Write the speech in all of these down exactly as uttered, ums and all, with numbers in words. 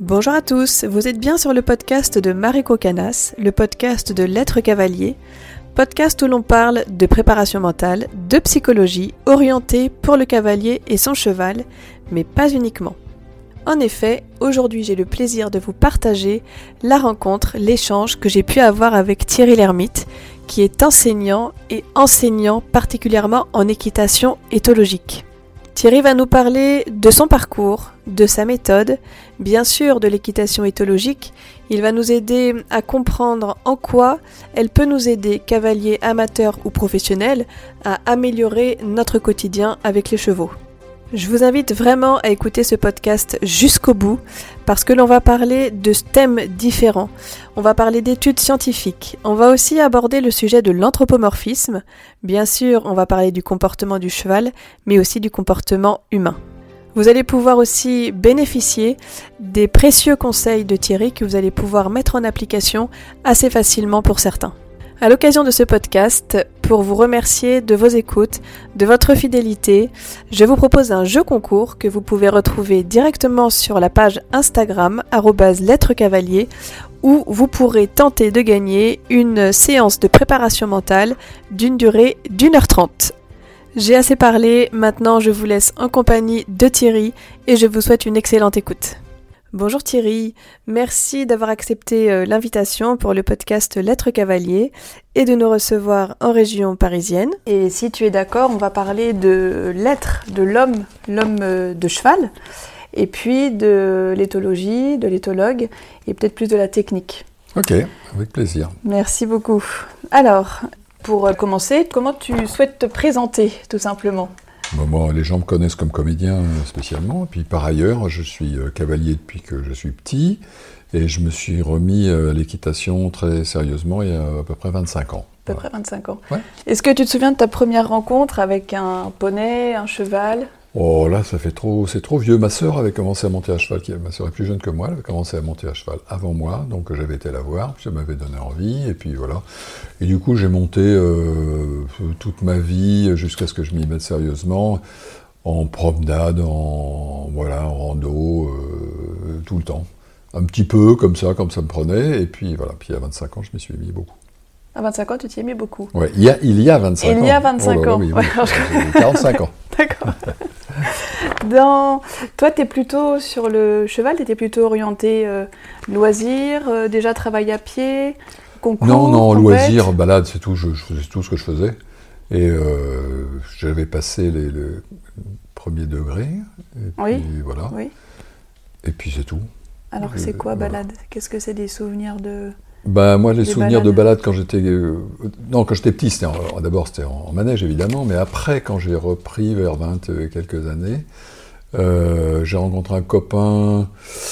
Bonjour à tous, vous êtes bien sur le podcast de Mariko Canas, le podcast de L'être cavalier, podcast où l'on parle de préparation mentale, de psychologie, orientée pour le cavalier et son cheval, mais pas uniquement. En effet, aujourd'hui j'ai le plaisir de vous partager la rencontre, l'échange que j'ai pu avoir avec Thierry Lhermitte, qui est enseignant et enseignant particulièrement en équitation éthologique. Thierry va nous parler de son parcours, de sa méthode, bien sûr de l'équitation éthologique. Il va nous aider à comprendre en quoi elle peut nous aider, cavaliers amateurs ou professionnels, à améliorer notre quotidien avec les chevaux. Je vous invite vraiment à écouter ce podcast jusqu'au bout parce que l'on va parler de thèmes différents. On va parler d'études scientifiques. On va aussi aborder le sujet de l'anthropomorphisme. Bien sûr, on va parler du comportement du cheval, mais aussi du comportement humain. Vous allez pouvoir aussi bénéficier des précieux conseils de Thierry que vous allez pouvoir mettre en application assez facilement pour certains. À l'occasion de ce podcast, pour vous remercier de vos écoutes, de votre fidélité, je vous propose un jeu concours que vous pouvez retrouver directement sur la page Instagram arobase lettre cavalier où vous pourrez tenter de gagner une séance de préparation mentale d'une durée d'une heure trente. J'ai assez parlé, maintenant je vous laisse en compagnie de Thierry et je vous souhaite une excellente écoute. Bonjour Thierry, merci d'avoir accepté euh, l'invitation pour le podcast L'être cavalier et de nous recevoir en région parisienne. Et si tu es d'accord, on va parler de l'être, de l'homme, l'homme euh, de cheval, et puis de l'éthologie, de l'éthologue, et peut-être plus de la technique. Ok, avec plaisir. Merci beaucoup. Alors, pour commencer, comment tu souhaites te présenter, tout simplement ? Bon, moi, les gens me connaissent comme comédien spécialement, et puis par ailleurs, je suis cavalier depuis que je suis petit, et je me suis remis à l'équitation très sérieusement il y a à peu près vingt-cinq ans. À peu près vingt-cinq ans. Ouais. Est-ce que tu te souviens de ta première rencontre avec un poney, un cheval ? Oh là, ça fait trop, c'est trop vieux. Ma sœur avait commencé à monter à cheval, qui, ma sœur est plus jeune que moi, elle avait commencé à monter à cheval avant moi, donc j'avais été la voir, ça m'avait donné envie, et puis voilà. Et du coup, j'ai monté euh, toute ma vie jusqu'à ce que je m'y mette sérieusement, en promenade, en voilà, en rando, euh, tout le temps. Un petit peu comme ça, comme ça me prenait, et puis voilà. Puis à vingt-cinq ans, je m'y suis mis beaucoup. À vingt-cinq ans, tu t'y es mis beaucoup. Ouais, il y a, il y a vingt-cinq ans. Il y a vingt-cinq oh là là, ans. Oui, Ouais, oui, j'ai quarante-cinq ans. D'accord. Dans... Toi, tu es plutôt sur le cheval, tu étais plutôt orienté euh, loisir, euh, déjà travail à pied, concours, Non, non, compète. loisir, balade, c'est tout, je, je faisais tout ce que je faisais. Et euh, j'avais passé les, le premier degré, et puis Oui. voilà. Oui. Et puis c'est tout. Alors, Et, c'est quoi voilà. balade ? Qu'est-ce que c'est des souvenirs de... Bah, moi, les Des souvenirs balades. de balade quand j'étais... Euh, non, quand j'étais petit, c'était en- d'abord c'était en, en manège, évidemment, mais après, quand j'ai repris vers vingt et quelques années, euh, j'ai rencontré un copain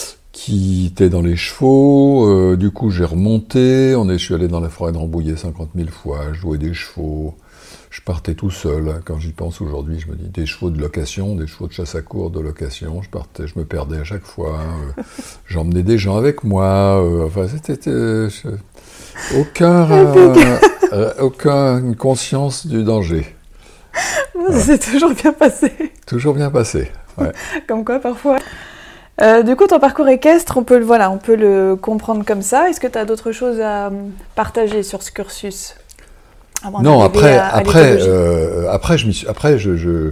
qui était dans les chevaux, euh, du coup j'ai remonté, on est, je suis allé dans la forêt de Rambouillet cinquante mille fois, jouer des chevaux, je partais tout seul, hein. Quand j'y pense aujourd'hui, je me dis des chevaux de location, des chevaux de chasse à courre de location, je partais, je me perdais à chaque fois, hein. euh, j'emmenais des gens avec moi, euh, enfin c'était... euh, je- aucun, euh, euh, aucune conscience du danger. Ça s'est toujours bien passé. Toujours bien passé. Ouais. Comme quoi, parfois. Euh, du coup, ton parcours équestre, on peut, le, voilà, on peut le comprendre comme ça. Est-ce que tu as d'autres choses à hum, partager sur ce cursus avant Non, d'arriver après, à, à après, l'éthologie ? euh, après, je m'y suis, après, je, je,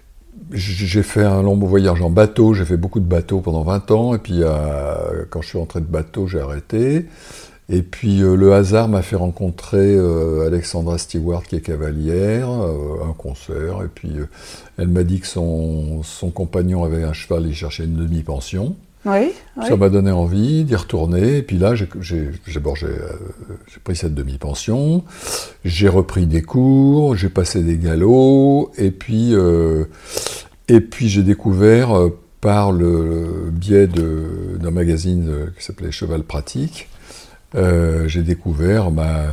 j'ai fait un long voyage en bateau. J'ai fait beaucoup de bateaux pendant vingt ans, et puis euh, quand je suis rentré de bateau, j'ai arrêté. Et puis euh, le hasard m'a fait rencontrer euh, Alexandra Stewart, qui est cavalière, euh, un concert, et puis euh, elle m'a dit que son, son compagnon avait un cheval, il cherchait une demi-pension. Oui, oui. Ça m'a donné envie d'y retourner, et puis là, j'ai, j'ai, j'ai, bon, j'ai, euh, j'ai pris cette demi-pension, j'ai repris des cours, j'ai passé des galops, et puis, euh, et puis j'ai découvert, euh, par le biais de, d'un magazine euh, qui s'appelait Cheval Pratique, euh, j'ai découvert ma...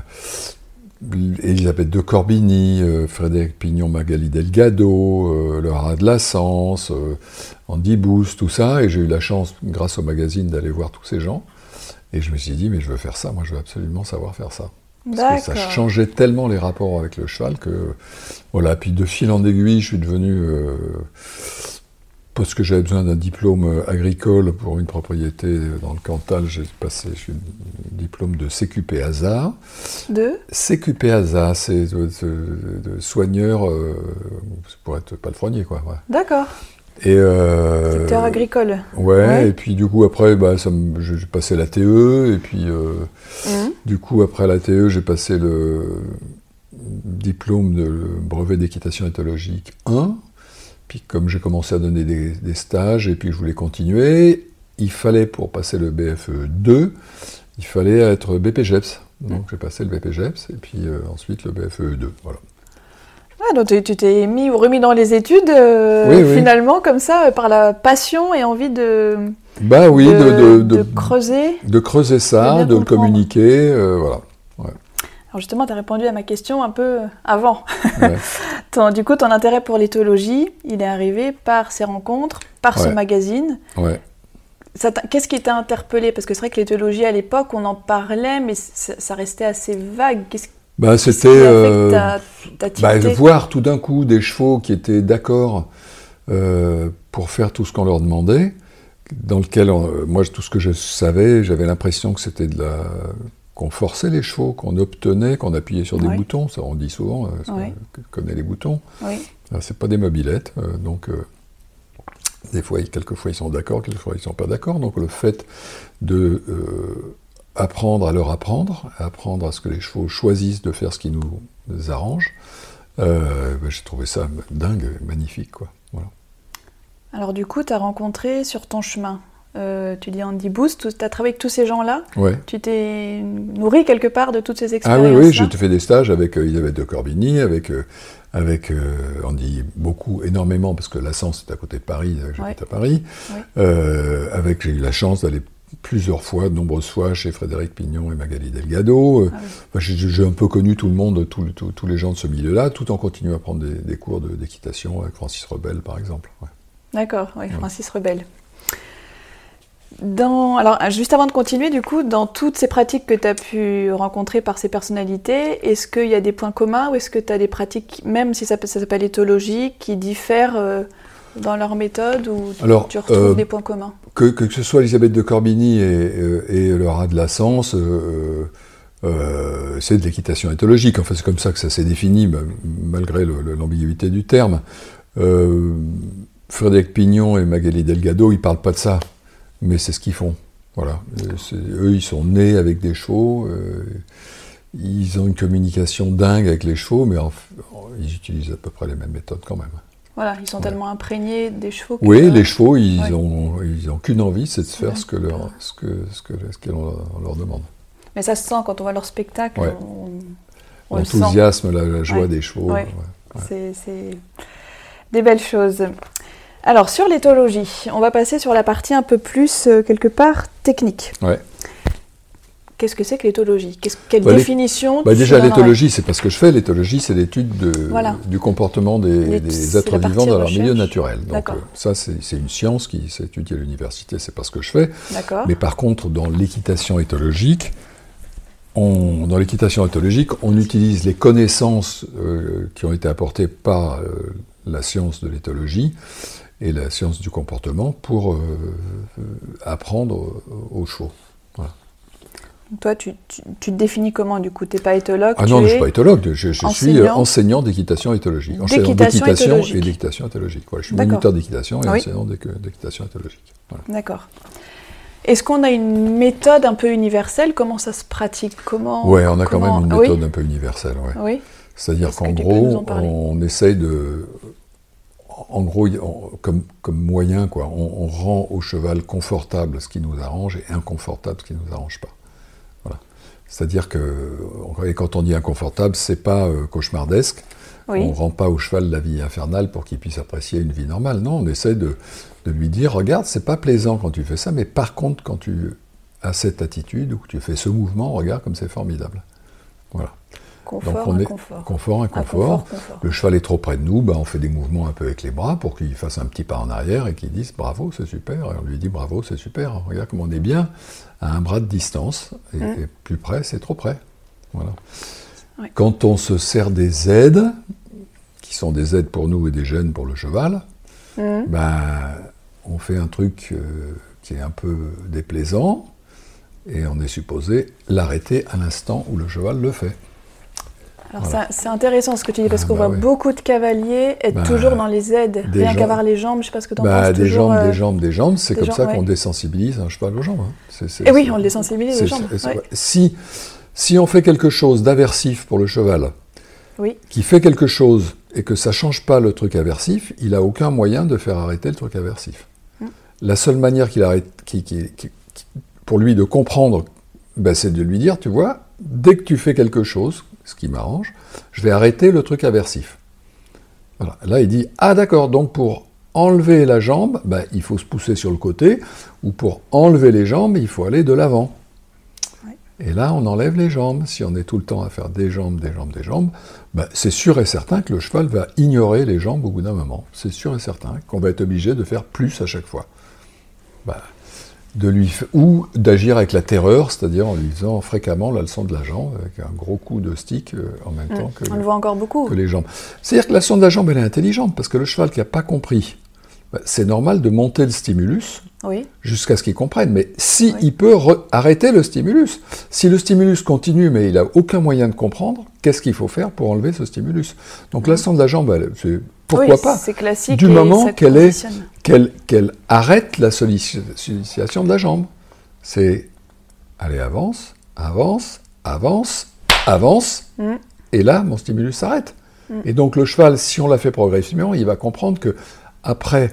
Elisabeth de Corbigny, euh, Frédéric Pignon, Magali Delgado, euh, le Haras de la Sens, euh, Andy Booth, tout ça, et j'ai eu la chance, grâce au magazine, d'aller voir tous ces gens, et je me suis dit, mais je veux faire ça, moi je veux absolument savoir faire ça. Parce D'accord. que ça changeait tellement les rapports avec le cheval que, voilà, puis de fil en aiguille, je suis devenu... Euh, parce que j'avais besoin d'un diplôme agricole pour une propriété dans le Cantal. J'ai passé j'ai un diplôme de C Q P A S A. De C Q P A S A, c'est de, de, de soigneur, euh, pour être palefrenier, quoi. Ouais. D'accord. Et euh, secteur agricole. Ouais, ouais, et puis du coup, après, bah, ça me, j'ai passé la T E, et puis euh, mmh. du coup, après la T E, j'ai passé le diplôme de le brevet d'équitation éthologique un. Puis comme j'ai commencé à donner des, des stages et puis je voulais continuer, il fallait, pour passer le B F E deux, il fallait être B P G E P S. Donc mmh. j'ai passé le B P G E P S et puis euh, ensuite le B F E deux. Voilà. Ah, donc tu t'es mis ou remis dans les études, euh, oui, oui. finalement, comme ça, par la passion et envie de, bah, oui, de, de, de, de, de creuser. De creuser ça, de, de le communiquer, euh, voilà. Ouais. Alors justement, tu as répondu à ma question un peu avant. Ouais. ton, du coup, ton intérêt pour l'éthologie, il est arrivé par ces rencontres, par ouais. ce magazine. Ouais. Ça qu'est-ce qui t'a interpellé? Parce que c'est vrai que l'éthologie, à l'époque, on en parlait, mais ça, ça restait assez vague. Qu'est-ce, bah, qu'est-ce c'était qui a fait euh, que t'as, t'as bah, voir tout d'un coup des chevaux qui étaient d'accord euh, pour faire tout ce qu'on leur demandait, dans lequel, on, moi, tout ce que je savais, j'avais l'impression que c'était de la... qu'on forçait les chevaux, qu'on obtenait, qu'on appuyait sur des oui. boutons, ça on dit souvent, parce oui. qu'on connaît les boutons. Oui. Alors, c'est pas des mobylettes, euh, donc euh, des fois, quelquefois ils sont d'accord, quelquefois ils sont pas d'accord. Donc le fait de euh, apprendre à leur apprendre, à apprendre à ce que les chevaux choisissent de faire ce qui nous, nous arrange, euh, ben, j'ai trouvé ça dingue, magnifique, quoi. Voilà. Alors du coup, tu as rencontré sur ton chemin, Euh, tu dis Andy Booth, tu as travaillé avec tous ces gens-là, ouais. Tu t'es nourri quelque part de toutes ces expériences-là. Ah oui, oui, j'ai fait des stages avec euh, Elisabeth de Corbigny, avec, euh, avec euh, Andy beaucoup, énormément, parce que la Sens est à côté de Paris, j'habite ouais. à Paris. Ouais. Euh, avec, j'ai eu la chance d'aller plusieurs fois, de nombreuses fois, chez Frédéric Pignon et Magali Delgado. Euh, ah oui. enfin, j'ai, j'ai un peu connu tout le monde, tout, tout, tous les gens de ce milieu-là, tout en continuant à prendre des, des cours de, d'équitation avec Francis Rebel, par exemple. Ouais. D'accord, oui, Francis ouais. Rebel. Dans, alors, juste avant de continuer, du coup, dans toutes ces pratiques que tu as pu rencontrer par ces personnalités, est-ce qu'il y a des points communs ou est-ce que tu as des pratiques, même si ça, ça s'appelle éthologie, qui diffèrent euh, dans leur méthode ou tu, alors, tu retrouves euh, des points communs? que, que ce soit Elisabeth de Corbigny et, et, et Laura de la Sens, euh, euh, c'est de l'équitation éthologique. Enfin, c'est comme ça que ça s'est défini, malgré le, le, l'ambiguïté du terme. Euh, Frédéric Pignon et Magali Delgado, ils ne parlent pas de ça. Mais c'est ce qu'ils font. Voilà. C'est, eux, ils sont nés avec des chevaux. Euh, ils ont une communication dingue avec les chevaux, mais en, en, ils utilisent à peu près les mêmes méthodes quand même. Voilà, ils sont ouais. tellement imprégnés des chevaux. Que oui, euh... les chevaux, ils ouais. ont, ils ont qu'une envie, c'est de faire ouais. ce que leur, ce que, ce que, ce qu'on leur, on leur demande. Mais ça se sent quand on voit leur spectacle. Ouais. On, on L'enthousiasme, la, la joie ouais. des chevaux. Ouais. Ouais. C'est, c'est des belles choses. Alors, sur l'éthologie, on va passer sur la partie un peu plus, euh, quelque part, technique. Ouais. Qu'est-ce que c'est que l'éthologie? Qu'est-ce, Quelle bah, définition bah, Déjà, l'éthologie, c'est pas ce que je fais. L'éthologie, c'est l'étude de, voilà. du comportement des, des êtres vivants dans leur milieu naturel. Donc, euh, ça, c'est, c'est une science qui s'étudie à l'université, c'est pas ce que je fais. D'accord. Mais par contre, dans l'équitation éthologique, on, dans l'équitation éthologique, on utilise les connaissances euh, qui ont été apportées par euh, la science de l'éthologie et la science du comportement pour euh, euh, apprendre aux chevaux. Voilà. Toi, tu, tu, tu te définis comment, du coup? Tu n'es pas éthologue? Ah non, je ne suis pas éthologue, je, je suis enseignant d'équitation éthologique. D'équitation, d'équitation éthologique. et d'équitation éthologique. Voilà, je suis moniteur d'équitation et oui. enseignant d'équitation éthologique. Voilà. D'accord. Est-ce qu'on a une méthode un peu universelle? Comment ça se pratique? Comment, Oui, on a comment... quand même une méthode oui. un peu universelle. Ouais. Oui. C'est-à-dire Est-ce qu'en gros, on essaye de... En gros, on, comme, comme moyen, quoi, on, on rend au cheval confortable ce qui nous arrange et inconfortable ce qui ne nous arrange pas. Voilà. C'est-à-dire que, et quand on dit inconfortable, c'est pas euh, cauchemardesque. Oui. On ne rend pas au cheval la vie infernale pour qu'il puisse apprécier une vie normale. Non, on essaie de, de lui dire, regarde, c'est pas plaisant quand tu fais ça, mais par contre, quand tu as cette attitude ou que tu fais ce mouvement, regarde comme c'est formidable. Voilà. Confort, Donc on est inconfort. Confort, inconfort. Inconfort, confort. Le cheval est trop près de nous, ben on fait des mouvements un peu avec les bras pour qu'il fasse un petit pas en arrière et qu'il dise bravo, c'est super. Et on lui dit bravo, c'est super. Regarde comme on est bien à un bras de distance. Et, mmh. et plus près, c'est trop près. Voilà. Oui. Quand on se sert des aides, qui sont des aides pour nous et des gênes pour le cheval, mmh. ben, on fait un truc euh, qui est un peu déplaisant, et on est supposé l'arrêter à l'instant où le cheval le fait. Alors voilà. C'est intéressant ce que tu dis, parce ah, qu'on bah voit oui. beaucoup de cavaliers être bah, toujours dans les aides, rien jambes, qu'avoir les jambes, je ne sais pas ce que tu en bah, penses. Des toujours, jambes, euh, des jambes, des jambes, c'est comme jambes, ça ouais. qu'on désensibilise un cheval aux jambes. Hein. C'est, c'est, et oui, c'est, on le désensibilise aux jambes. C'est, ouais. si, si on fait quelque chose d'aversif pour le cheval, oui. qui fait quelque chose et que ça ne change pas le truc aversif, il n'a aucun moyen de faire arrêter le truc aversif. Hum. La seule manière qu'il arrête, qui, qui, qui, qui, pour lui de comprendre, ben, c'est de lui dire, tu vois, dès que tu fais quelque chose, ce qui m'arrange, je vais arrêter le truc aversif. Voilà. Là, il dit, ah d'accord, donc pour enlever la jambe, ben, il faut se pousser sur le côté, ou pour enlever les jambes, il faut aller de l'avant. Oui. Et là, on enlève les jambes. Si on est tout le temps à faire des jambes, des jambes, des jambes, ben, c'est sûr et certain que le cheval va ignorer les jambes au bout d'un moment. C'est sûr et certain qu'on va être obligé de faire plus à chaque fois. Ben, de lui f... ou d'agir avec la terreur, c'est-à-dire en lui faisant fréquemment la leçon de la jambe, avec un gros coup de stick euh, en même mmh. temps que, on le, le voit encore beaucoup. que les jambes. C'est-à-dire que la leçon de la jambe, elle est intelligente, parce que le cheval qui n'a pas compris, bah, c'est normal de monter le stimulus oui. jusqu'à ce qu'il comprenne. Mais si oui. il peut re- arrêter le stimulus, si le stimulus continue, mais il n'a aucun moyen de comprendre, qu'est-ce qu'il faut faire pour enlever ce stimulus? Donc mmh. la leçon de la jambe, elle, c'est pourquoi oui, pas, c'est classique du moment qu'elle, est, qu'elle, qu'elle arrête la sollicitation de la jambe. C'est, allez, avance, avance, avance, avance, mm. et là, mon stimulus s'arrête. Mm. Et donc le cheval, si on l'a fait progressivement, il va comprendre que après,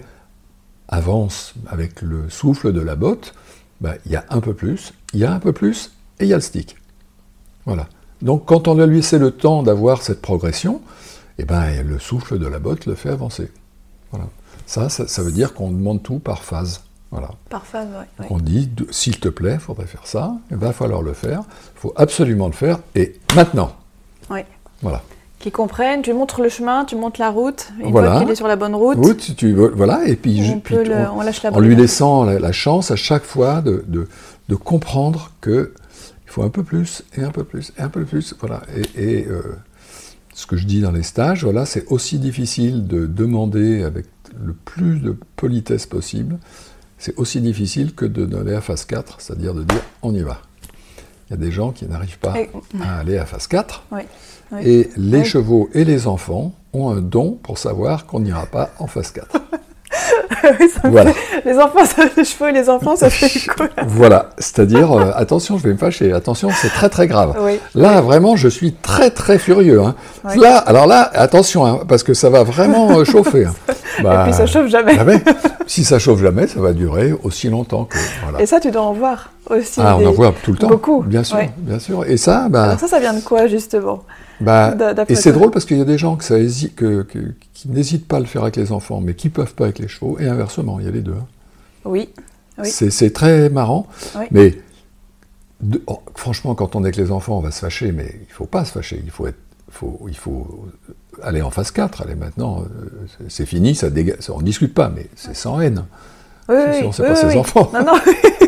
avance avec le souffle de la botte, bah, il y a un peu plus, il y a un peu plus, et il y a le stick. Voilà. Donc quand on lui laissé le temps d'avoir cette progression, eh ben, le souffle de la botte le fait avancer. Voilà. Ça, ça, ça veut dire qu'on demande tout par phase. Voilà. Par phase, oui. On dit, s'il te plaît, il faudrait faire ça, il va falloir le faire, il faut absolument le faire, et maintenant. Oui. Voilà. Qu'ils comprennent, tu montres le chemin, tu montres la route, une voilà. fois qu'il est sur la bonne route. route tu, voilà, et puis, on, puis, le, on, on, lâche la en lui laissant la, la chance à chaque fois de, de, de comprendre qu'il faut un peu plus, et un peu plus, et un peu plus, voilà, et... et euh, ce que je dis dans les stages, voilà, c'est aussi difficile de demander avec le plus de politesse possible, c'est aussi difficile que de donner à phase quatre, c'est-à-dire de dire on y va. Il y a des gens qui n'arrivent pas et... à aller à phase quatre, oui. Oui. et les oui. chevaux et les enfants ont un don pour savoir qu'on n'ira pas en phase quatre. oui, ça voilà. fait... Les enfants, ça... les chevaux et les enfants, ça fait quoi? Voilà, c'est-à-dire, euh, attention, je vais me fâcher, attention, c'est très très grave. Oui. Là, vraiment, je suis très très furieux. Hein. Oui. Là, alors là, attention, hein, parce que ça va vraiment euh, chauffer. Hein. Bah, et puis ça chauffe jamais. jamais. Si ça chauffe jamais, ça va durer aussi longtemps que... Voilà. Et ça, tu dois en voir aussi. Ah, des... on en voit tout le temps. Beaucoup. Bien sûr, oui. bien sûr. Et ça, bah... Alors ça, ça vient de quoi, justement? Bah, et c'est toi. drôle parce qu'il y a des gens que ça hésite, que, que, qui n'hésitent pas à le faire avec les enfants, mais qui ne peuvent pas avec les chevaux, et inversement, il y a les deux. Oui. oui. C'est, c'est très marrant, oui. mais de, oh, franchement, quand on est avec les enfants, on va se fâcher, mais il ne faut pas se fâcher, il faut, être, faut, il faut aller en phase quatre, allez, maintenant, euh, c'est, c'est fini, ça déga... on ne discute pas, mais c'est sans haine. Oui, c'est, oui, c'est oui, pas oui, ses oui. enfants. Non, non.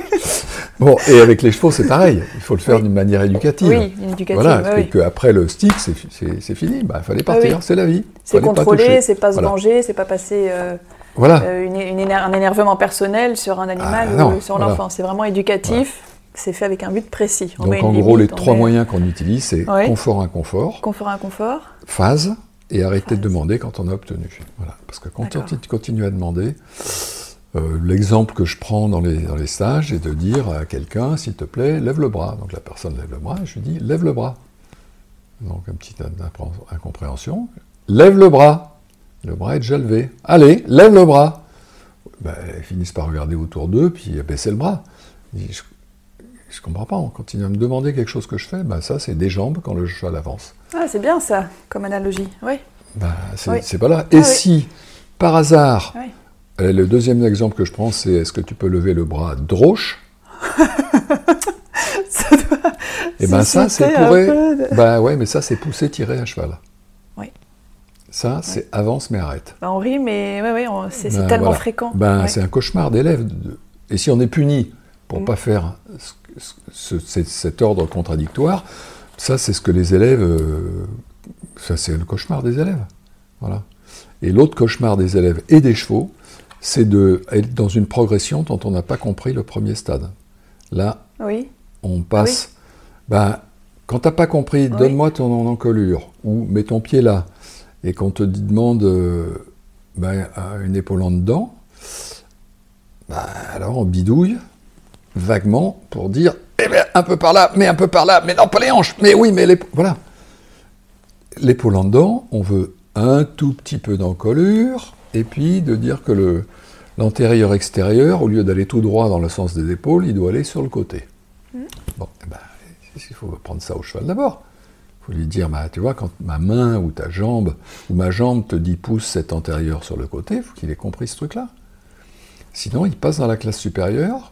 Bon, et avec les chevaux, c'est pareil. Il faut le faire oui. d'une manière éducative. Oui, éducative. Voilà, oui, et qu'après le stick, c'est, c'est, c'est fini. Il bah, fallait partir, oui, oui. c'est la vie. C'est contrôler, c'est pas se voilà. venger, c'est pas passer euh, voilà. euh, une, une éner- un énervement personnel sur un animal ah, non, ou sur voilà. l'enfant. C'est vraiment éducatif. Voilà. C'est fait avec un but précis. On Donc en gros, limite, les trois met... moyens qu'on utilise, c'est oui. confort-inconfort, confort-inconfort, phase, et arrêter phase. de demander quand on a obtenu. Voilà. Parce que quand D'accord. on continue à demander... Euh, l'exemple que je prends dans les, dans les stages est de dire à quelqu'un, s'il te plaît, lève le bras. Donc la personne lève le bras, et je lui dis, lève le bras. Donc une petite incompréhension. Lève le bras. Le bras est déjà levé. Allez, lève le bras. Ben, ils finissent par regarder autour d'eux, puis baisser le bras. Je ne comprends pas, on continue à me demander quelque chose que je fais. Ben, ça, c'est des jambes quand le cheval avance. Ah, c'est bien ça, comme analogie. Oui. Ben, c'est, oui. c'est pas là. Et ah, si, oui. par hasard... Oui. Le deuxième exemple que je prends, c'est est-ce que tu peux lever le bras droche? Ça doit... Et bien ça, c'est pour... De... Ben ouais, mais ça, c'est pousser, tirer à cheval. Oui. Ça, c'est ouais. avance, mais arrête. Ben, on rit, mais ouais, ouais, on... c'est, ben, c'est tellement voilà. fréquent. Ben, ouais. C'est un cauchemar d'élèves. Et si on est puni pour ne mmh. pas faire ce, ce, cet ordre contradictoire, ça, c'est ce que les élèves... Euh... Ça, c'est le cauchemar des élèves. Voilà. Et l'autre cauchemar des élèves et des chevaux, c'est d'être dans une progression dont on n'a pas compris le premier stade. Là, oui. on passe... Oui. Ben, quand tu n'as pas compris, oui. donne-moi ton encolure, ou mets ton pied là, et qu'on te demande euh, ben, une épaule en dedans, ben, alors on bidouille vaguement pour dire eh bien, un peu par là, mais un peu par là, mais non, pas les hanches, mais oui, mais l'épaule. Voilà. L'épaule en dedans, on veut un tout petit peu d'encolure, et puis de dire que le, l'antérieur-extérieur, au lieu d'aller tout droit dans le sens des épaules, il doit aller sur le côté. Mmh. Bon, eh ben, il faut prendre ça au cheval d'abord. Il faut lui dire, bah, tu vois, quand ma main ou ta jambe, ou ma jambe te dit pousse cet antérieur sur le côté, il faut qu'il ait compris ce truc-là. Sinon, il passe dans la classe supérieure,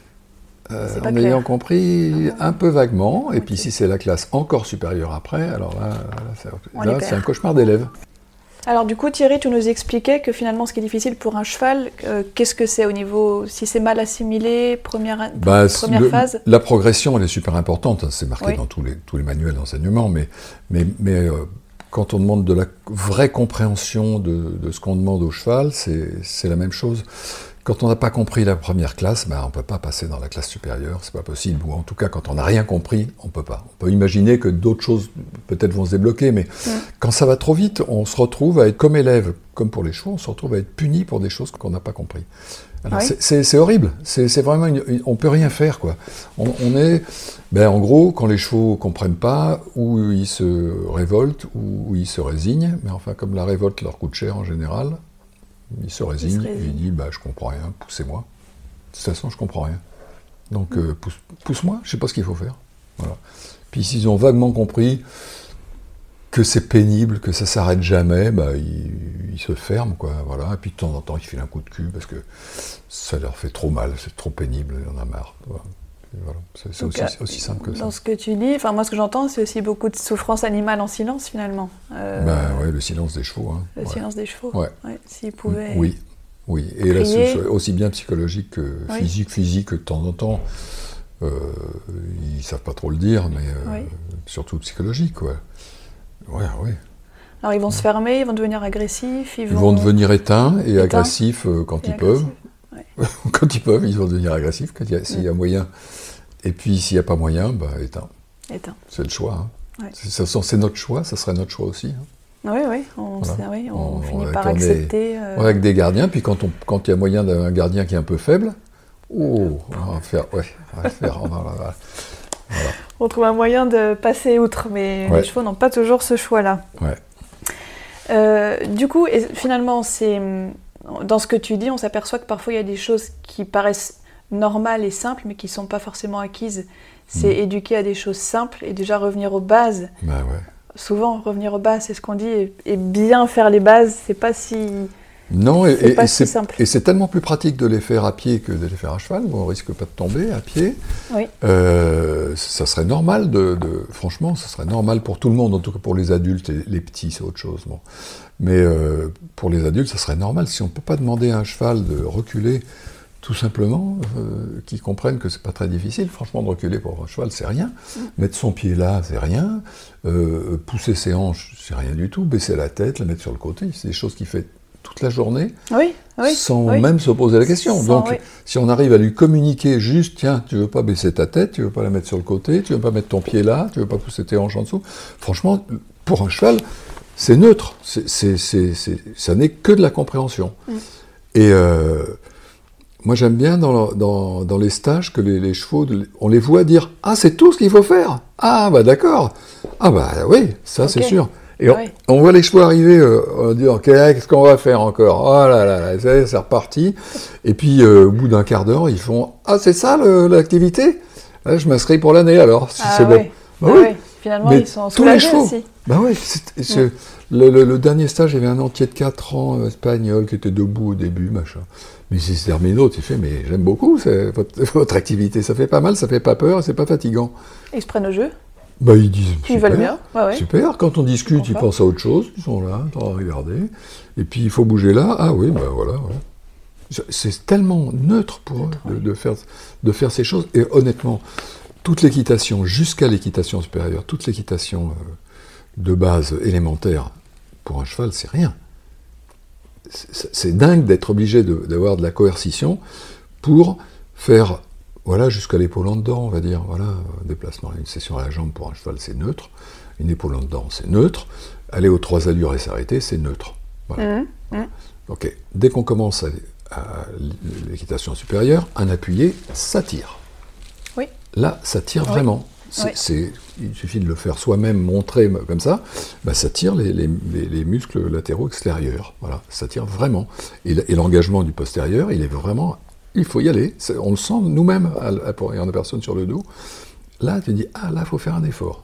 euh, en ayant compris un peu vaguement, et okay. Puis si c'est la classe encore supérieure après, alors là, là, c'est, là, c'est un cauchemar d'élève. Alors du coup, Thierry, tu nous expliquais que finalement, ce qui est difficile pour un cheval, euh, qu'est-ce que c'est au niveau, si c'est mal assimilé, première, bah, première le, phase? La progression, elle est super importante, hein, c'est marqué oui. dans tous les, tous les manuels d'enseignement, mais, mais, mais euh, quand on demande de la vraie compréhension de, de ce qu'on demande au cheval, c'est, c'est la même chose. Quand on n'a pas compris la première classe, ben on ne peut pas passer dans la classe supérieure, c'est pas possible. Ou en tout cas, quand on n'a rien compris, on ne peut pas. On peut imaginer que d'autres choses peut-être vont se débloquer, mais mmh. quand ça va trop vite, on se retrouve à être comme élève, comme pour les chevaux, on se retrouve à être puni pour des choses qu'on n'a pas compris. Alors oui. c'est, c'est, c'est horrible, c'est, c'est vraiment une, une, on ne peut rien faire, quoi. On, on est, ben en gros, quand les chevaux ne comprennent pas, ou ils se révoltent, ou, ou ils se résignent, mais enfin, comme la révolte leur coûte cher en général, il se résigne, il se résigne. Et il dit bah, « je comprends rien, poussez-moi ». De toute façon, je comprends rien. Donc, mmh. euh, pousse, pousse-moi, je ne sais pas ce qu'il faut faire. Voilà. Puis s'ils ont vaguement compris que c'est pénible, que ça ne s'arrête jamais, bah, ils, ils se ferment, quoi. Voilà. Et puis de temps en temps, ils filent un coup de cul parce que ça leur fait trop mal, c'est trop pénible, il en a marre. Voilà. Voilà. C'est, c'est, aussi, c'est aussi simple que ça. Dans ce que tu dis, enfin moi ce que j'entends, c'est aussi beaucoup de souffrance animale en silence finalement. Euh... Ben ouais, le silence des chevaux. Hein. Le ouais. silence des chevaux. Ouais. Ouais, s'ils pouvaient. Oui, oui. Et là, c'est aussi bien psychologique que oui. physique, physique, que de temps en temps, euh, ils savent pas trop le dire, mais euh, oui. surtout psychologique, quoi. Ouais, ouais. Alors ils vont ouais. se fermer, ils vont devenir agressifs, ils vont. Ils vont devenir éteints et éteints. agressifs euh, quand et ils agressifs. peuvent. Ouais. Quand ils peuvent, ils vont devenir agressifs. Quand il y a, s'il y a moyen. Et puis, s'il n'y a pas moyen, bah, éteint. Éteint. C'est le choix. Hein. Ouais. C'est, c'est, c'est notre choix, ça serait notre choix aussi. Hein. Oui, oui, on, voilà. sait, oui, on, on finit on, par on accepter. Est, euh... Avec des gardiens, puis quand il quand y a moyen d'un gardien qui est un peu faible, oh, on va faire, ouais, on va faire, on va, voilà. On trouve un moyen de passer outre, mais ouais. les chevaux n'ont pas toujours ce choix-là. Ouais. Euh, du coup, et finalement, c'est, dans ce que tu dis, on s'aperçoit que parfois il y a des choses qui paraissent normales et simples, mais qui ne sont pas forcément acquises. C'est mmh. éduquer à des choses simples et déjà revenir aux bases. Bah ouais. Souvent, revenir aux bases, c'est ce qu'on dit, et, et bien faire les bases, c'est pas si... Non, et c'est, et, pas et, si c'est, simple. et c'est tellement plus pratique de les faire à pied que de les faire à cheval, où on risque pas de tomber à pied. Oui. Euh, ça serait normal, de, de, franchement, ça serait normal pour tout le monde, en tout cas pour les adultes, et les petits, c'est autre chose. Bon. Mais euh, pour les adultes, ça serait normal. Si on ne peut pas demander à un cheval de reculer, tout simplement, euh, qu'ils comprennent que c'est pas très difficile. Franchement, de reculer pour un cheval, c'est rien. Mmh. Mettre son pied là, c'est rien. Euh, pousser ses hanches, c'est rien du tout. Baisser la tête, la mettre sur le côté, c'est des choses qu'il fait toute la journée, oui, oui, sans oui. même se poser la question. Sans, Donc, oui. si on arrive à lui communiquer juste, tiens, tu veux pas baisser ta tête, tu veux pas la mettre sur le côté, tu veux pas mettre ton pied là, tu veux pas pousser tes hanches en dessous. Franchement, pour un cheval, c'est neutre. C'est, c'est, c'est, c'est, ça n'est que de la compréhension. Mmh. Et euh, moi, j'aime bien dans, dans, dans les stages que les, les chevaux, on les voit dire « Ah, c'est tout ce qu'il faut faire !»« Ah, bah d'accord !»« Ah, bah oui, ça okay. c'est sûr !» Et on, oui. on voit les chevaux arriver, euh, on dit « Qu'est-ce qu'on va faire encore ?»« Oh là là, là c'est, c'est reparti !» Et puis, euh, au bout d'un quart d'heure, ils font « Ah, c'est ça le, l'activité ?» Là, je m'inscris pour l'année alors, si ah, c'est oui. bon. Bah, ah, oui. oui. Finalement, mais ils sont soulagés aussi. Bah oui, c'est, c'est, mmh. le, le, le dernier stage, il y avait un entier de quatre ans euh, espagnol qui était debout au début, machin. Mais c'est terminé, il fait, mais j'aime beaucoup c'est, votre, votre activité, ça fait pas mal, ça fait pas peur, c'est pas fatigant. Ils se prennent au jeu. Bah ils disent, ils super, veulent bien. Ouais, ouais. super, quand on discute, ils pensent à autre chose, ils sont là, en train de regarder, et puis il faut bouger là, ah oui, bah voilà, voilà. C'est tellement neutre pour neutre, eux de, de, faire, de faire ces choses, et honnêtement, toute l'équitation, jusqu'à l'équitation supérieure, toute l'équitation euh, de base élémentaire, pour un cheval, c'est rien. c'est, c'est dingue d'être obligé de, d'avoir de la coercition pour faire, voilà, jusqu'à l'épaule en dedans, on va dire, voilà, déplacement, une session à la jambe pour un cheval, c'est neutre, une épaule en dedans, c'est neutre, aller aux trois allures et s'arrêter, c'est neutre. Voilà. Mmh, mmh. Ok, dès qu'on commence à, à l'équitation supérieure, un appuyé, ça tire. Oui. Là, ça tire oui. vraiment. C'est, oui. c'est, il suffit de le faire soi-même, montrer comme ça, bah, ça tire les, les, les muscles latéraux extérieurs. Voilà, ça tire vraiment. Et, et l'engagement du postérieur, il est vraiment... Il faut y aller. C'est, on le sent nous-mêmes, il y en a personne sur le dos. Là, tu dis, ah, là, il faut faire un effort.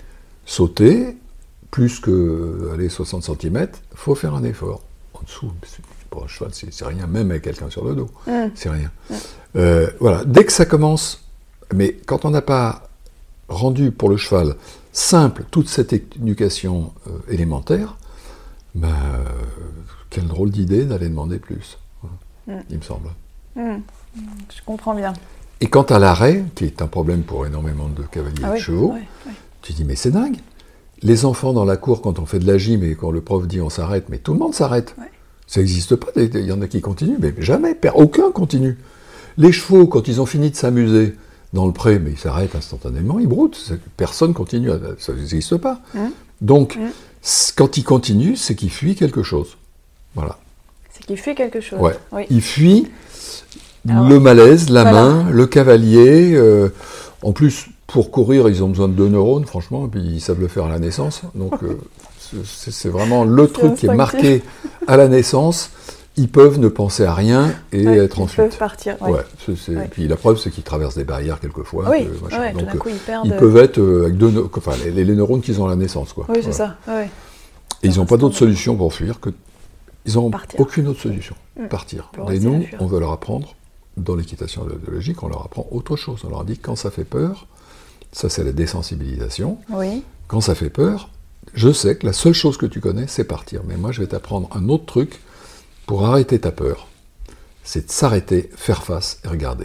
Sauter, plus que aller soixante centimètres, il faut faire un effort. En dessous, pour un cheval, c'est, c'est rien, même avec quelqu'un sur le dos, mmh. c'est rien. Mmh. Euh, voilà, dès que ça commence, mais quand on n'a pas rendu pour le cheval simple toute cette éducation euh, élémentaire, bah, euh, quelle drôle d'idée d'aller demander plus, mmh. il me semble. Mmh. Je comprends bien. Et quant à l'arrêt, qui est un problème pour énormément de cavaliers ah et de oui, chevaux, oui, oui. tu dis, mais c'est dingue. Les enfants dans la cour, quand on fait de la gym et quand le prof dit on s'arrête, mais tout le monde s'arrête. Oui. Ça n'existe pas, il y en a qui continuent, mais jamais, aucun continue. Les chevaux, quand ils ont fini de s'amuser dans le pré, mais ils s'arrêtent instantanément, ils broutent, personne continue, ça n'existe pas. Mmh. Donc, mmh. quand ils continuent, c'est qu'ils fuient quelque chose. Voilà. C'est qu'ils fuient quelque chose. Ouais. Oui. Ils fuient Alors, le malaise, la voilà. main, le cavalier. Euh, en plus, pour courir, ils ont besoin de deux neurones, franchement, et puis ils savent le faire à la naissance. Donc, euh, c'est, c'est vraiment le c'est truc qui est marqué à la naissance. Ils peuvent ne penser à rien et ouais, être en fuite. Ils peuvent partir. Ouais. Ouais, c'est, c'est... Ouais. Puis la preuve, c'est qu'ils traversent des barrières quelquefois. Oui, que, machin. ouais, Donc, tout d'un coup, ils, perdent... ils peuvent être euh, avec deux, enfin, les, les neurones qu'ils ont à la naissance, quoi. Oui, c'est voilà. ça. Ouais. Et ils n'ont pas d'autre solution pour fuir que ils n'ont partir. aucune autre solution. Mmh. Partir. Et nous, on veut leur apprendre. Dans l'équitation biologique, on leur apprend autre chose. On leur dit quand ça fait peur, ça c'est la désensibilisation. Oui. Quand ça fait peur, je sais que la seule chose que tu connais, c'est partir. Mais moi, je vais t'apprendre un autre truc pour arrêter ta peur. C'est de s'arrêter, faire face et regarder.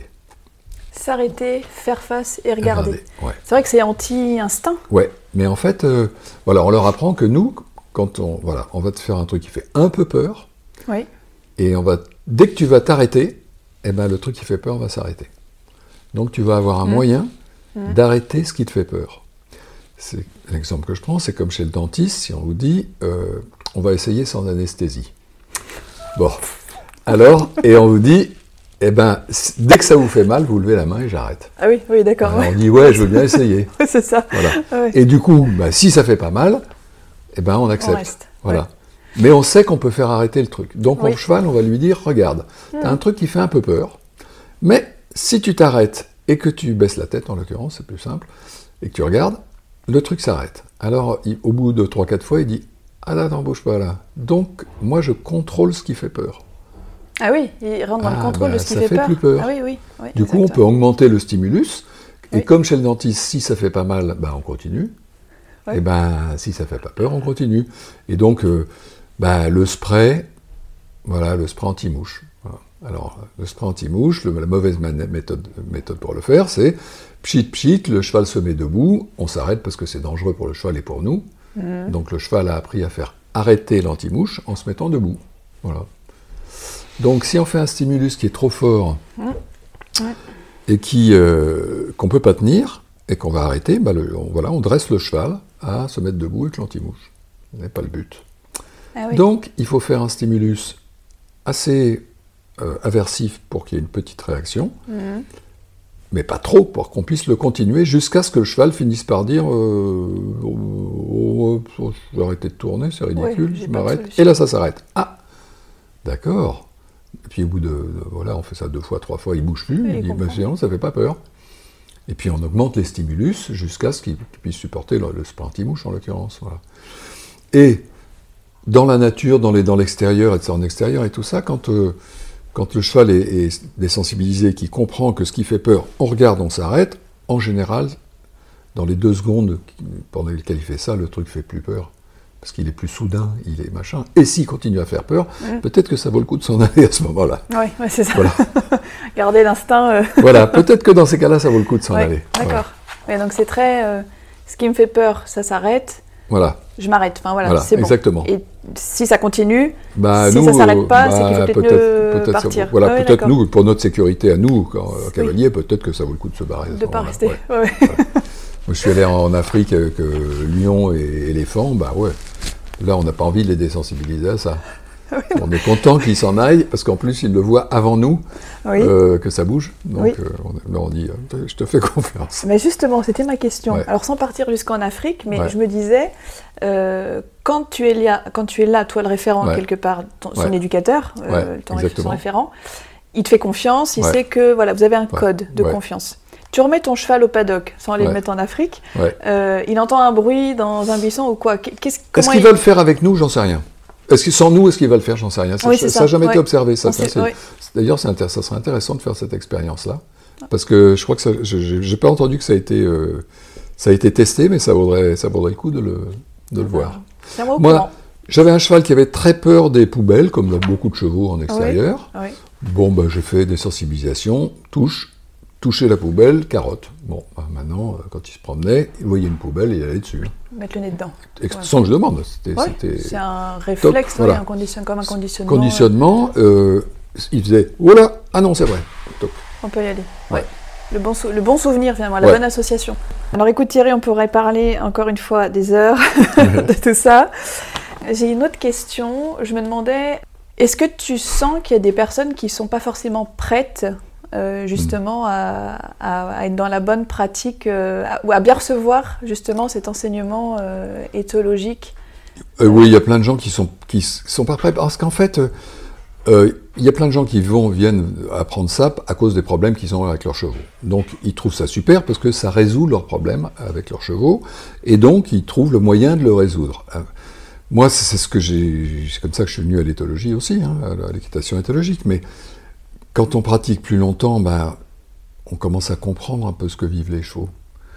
S'arrêter, faire face et regarder. regarder ouais. C'est vrai que c'est anti-instinct. Ouais, mais en fait, euh, voilà, on leur apprend que nous, quand on, voilà, on va te faire un truc qui fait un peu peur, oui. et on va, dès que tu vas t'arrêter, eh ben, le truc qui fait peur va s'arrêter. Donc tu vas avoir un mmh. moyen mmh. d'arrêter ce qui te fait peur. C'est, l'exemple que je prends, c'est comme chez le dentiste, si on vous dit euh, on va essayer sans anesthésie. Bon, alors, et on vous dit, eh ben, dès que ça vous fait mal, vous levez la main et j'arrête. Ah oui, oui, d'accord. Alors, ouais. on dit ouais, je veux bien essayer. C'est ça. Voilà. Ah ouais. Et du coup, bah, si ça fait pas mal, eh ben, on accepte. On reste. Voilà. Ouais. Mais on sait qu'on peut faire arrêter le truc. Donc, oui. au cheval, on va lui dire, regarde, mmh. t'as un truc qui fait un peu peur, mais si tu t'arrêtes et que tu baisses la tête, en l'occurrence, c'est plus simple, et que tu regardes, le truc s'arrête. Alors, il, au bout de trois quatre fois, il dit, ah là, t'en bouge pas là. Donc, moi, je contrôle ce qui fait peur. Ah oui, il rentre dans ah, le contrôle bah, de ce qui ça fait, fait peur. Plus peur. Ah oui, oui. oui du coup, on peut augmenter le stimulus, et oui. comme chez le dentiste, si ça fait pas mal, bah, on continue. Oui. Et ben, si ça fait pas peur, on continue. Et donc, euh, bah, le spray, voilà, le spray anti-mouche. Voilà. Alors, le spray anti-mouche, le, la mauvaise méthode, méthode pour le faire, c'est pchit pchit, le cheval se met debout, on s'arrête parce que c'est dangereux pour le cheval et pour nous. Mmh. Donc, le cheval a appris à faire arrêter l'anti-mouche en se mettant debout. Voilà. Donc, si on fait un stimulus qui est trop fort mmh. ouais. et qui, euh, qu'on ne peut pas tenir et qu'on va arrêter, bah, le, on, voilà, on dresse le cheval à se mettre debout avec l'anti-mouche. Ce n'est pas le but. Ah oui. Donc, il faut faire un stimulus assez euh, aversif pour qu'il y ait une petite réaction, mmh. mais pas trop pour qu'on puisse le continuer jusqu'à ce que le cheval finisse par dire euh, oh, oh, je vais arrêter de tourner, c'est ridicule, oui, je m'arrête. Et là, ça s'arrête. Ah, d'accord. Et puis au bout de, de voilà, on fait ça deux fois, trois fois, il ne bouge plus, oui, il dit bah, sinon, ça ne fait pas peur. Et puis on augmente les stimulus jusqu'à ce qu'il puisse supporter le, le spray anti-mouche en l'occurrence. Voilà. Et dans la nature, dans, les, dans l'extérieur, et en extérieur et tout ça, quand, euh, quand le cheval est, est désensibilisé, qu'il comprend que ce qui fait peur, on regarde, on s'arrête, en général, dans les deux secondes pendant lesquelles il fait ça, le truc fait plus peur. Parce qu'il est plus soudain, il est machin. Et s'il continue à faire peur, mmh. peut-être que ça vaut le coup de s'en aller à ce moment-là. Oui, ouais, c'est ça. Voilà. Garder l'instinct. Euh... Voilà, peut-être que dans ces cas-là, ça vaut le coup de s'en ouais, aller. D'accord. Voilà. Ouais, donc c'est très... Euh, ce qui me fait peur, ça s'arrête. Voilà. Je m'arrête. Enfin voilà, voilà c'est bon. Exactement. Et si ça continue, bah, si nous, ça ne s'arrête pas, bah, c'est qu'il faut peut-être, peut-être, mieux peut-être partir. Ça, voilà, ah, ouais, peut-être d'accord. nous, pour notre sécurité à nous, quand Oui. cavalier, peut-être que ça vaut le coup de se barrer. De ne pas rester. Ouais. Ouais. Ouais. Moi, je suis allé en Afrique avec euh, lion et éléphant, bah ouais. Là, on n'a pas envie de les désensibiliser à ça. Oui, on est content qu'ils s'en aillent, parce qu'en plus, ils le voient avant nous, oui. euh, que ça bouge. Donc oui. euh, on, là, on dit, euh, je te fais confiance. Mais justement, c'était ma question. Ouais. Alors, sans partir jusqu'en Afrique, mais ouais. je me disais, euh, quand, tu es là, quand tu es là, toi, le référent, ouais. quelque part, ton, son ouais. éducateur, euh, ouais, ton son référent, il te fait confiance, il ouais. sait que voilà, vous avez un ouais. code de ouais. confiance. Tu remets ton cheval au paddock, sans aller ouais. le mettre en Afrique, ouais. euh, il entend un bruit dans un buisson ou quoi Qu'est-ce, Est-ce qu'il il... va le faire avec nous? J'en sais rien. Est-ce que sans nous, est-ce qu'il va le faire? J'en sais rien. Ça n'a oui, jamais ouais. été observé. Ça. Sait, c'est, oui. D'ailleurs, c'est intér- ça serait intéressant de faire cette expérience-là. Parce que je crois que ça, je n'ai pas entendu que ça a, été, euh, ça a été testé, mais ça vaudrait, ça vaudrait le coup de le, de le voir. Moi, Moi j'avais un cheval qui avait très peur des poubelles, comme beaucoup de chevaux en extérieur. Oui. Oui. Bon, ben, j'ai fait des sensibilisations, touche, toucher la poubelle, carotte. Bon, ben, maintenant, quand il se promenait, il voyait une poubelle et il allait dessus. Mettre le nez dedans. Ex- ouais. Sans que je demande. C'était, ouais, c'était c'est un réflexe, top, voilà. un condition, comme un conditionnement. Conditionnement, euh, il faisait « Voilà, ah non, c'est vrai. » Top. On peut y aller. Ouais. Ouais. Le, bon sou- le bon souvenir, finalement, la ouais. bonne association. Alors écoute Thierry, on pourrait parler encore une fois des heures de tout ça. J'ai une autre question. Je me demandais, est-ce que tu sens qu'il y a des personnes qui ne sont pas forcément prêtes Euh, justement mmh. à, à, à être dans la bonne pratique euh, à, ou à bien recevoir justement cet enseignement euh, éthologique euh, Oui, il y a plein de gens qui sont qui sont pas prêts parce qu'en fait il euh, y a plein de gens qui vont viennent apprendre ça à cause des problèmes qu'ils ont avec leurs chevaux. Donc ils trouvent ça super parce que ça résout leurs problèmes avec leurs chevaux et donc ils trouvent le moyen de le résoudre. Euh, moi c'est, c'est ce que j'ai c'est comme ça que je suis venu à l'éthologie aussi, hein, à l'équitation éthologique, mais quand on pratique plus longtemps, ben, on commence à comprendre un peu ce que vivent les chevaux.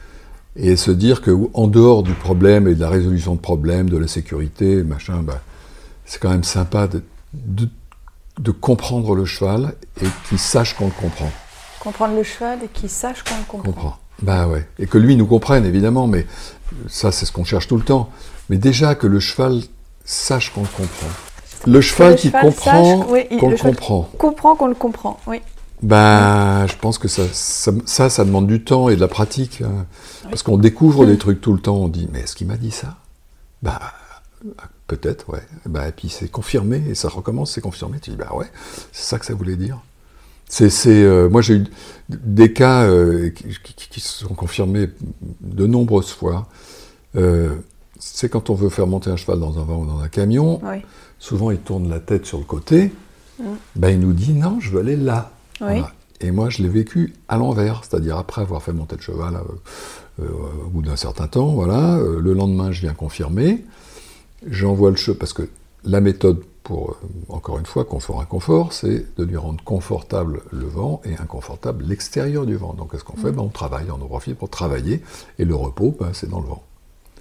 Et se dire qu'en dehors du problème et de la résolution de problèmes, de la sécurité, machin, ben, c'est quand même sympa de, de, de comprendre le cheval et qu'il sache qu'on le comprend. Comprendre le cheval et qu'il sache qu'on le comprend. comprend. Ben ouais. Et que lui nous comprenne, évidemment, mais ça, c'est ce qu'on cherche tout le temps. Mais déjà que le cheval sache qu'on le comprend. Le cheval, le qui cheval comprend, sache, oui, qu'on le, le comprend. Comprend qu'on le comprend, oui. Ben, oui. Je pense que ça, ça, ça, ça demande du temps et de la pratique. Hein, oui. Parce qu'on découvre mmh. des trucs tout le temps. On dit, mais est-ce qu'il m'a dit ça? Ben, peut-être, ouais. Ben, et puis c'est confirmé, et ça recommence, c'est confirmé. Tu dis, ben ouais, c'est ça que ça voulait dire. C'est, c'est, euh, moi, j'ai eu des cas euh, qui, qui, qui se sont confirmés de nombreuses fois. Euh, c'est quand on veut faire monter un cheval dans un van ou dans un camion. Oui. Souvent, il tourne la tête sur le côté, mmh. ben, il nous dit « non, je veux aller là oui. ». Voilà. Et moi, je l'ai vécu à l'envers, c'est-à-dire après avoir fait monter le cheval euh, euh, au bout d'un certain temps, voilà, euh, le lendemain, je viens confirmer, j'envoie le cheval, parce que la méthode pour, euh, encore une fois, confort inconfort, c'est de lui rendre confortable le vent et inconfortable l'extérieur du vent. Donc, qu'est-ce qu'on mmh. fait? Ben, on travaille, on en profite pour travailler, et le repos, ben, c'est dans le vent.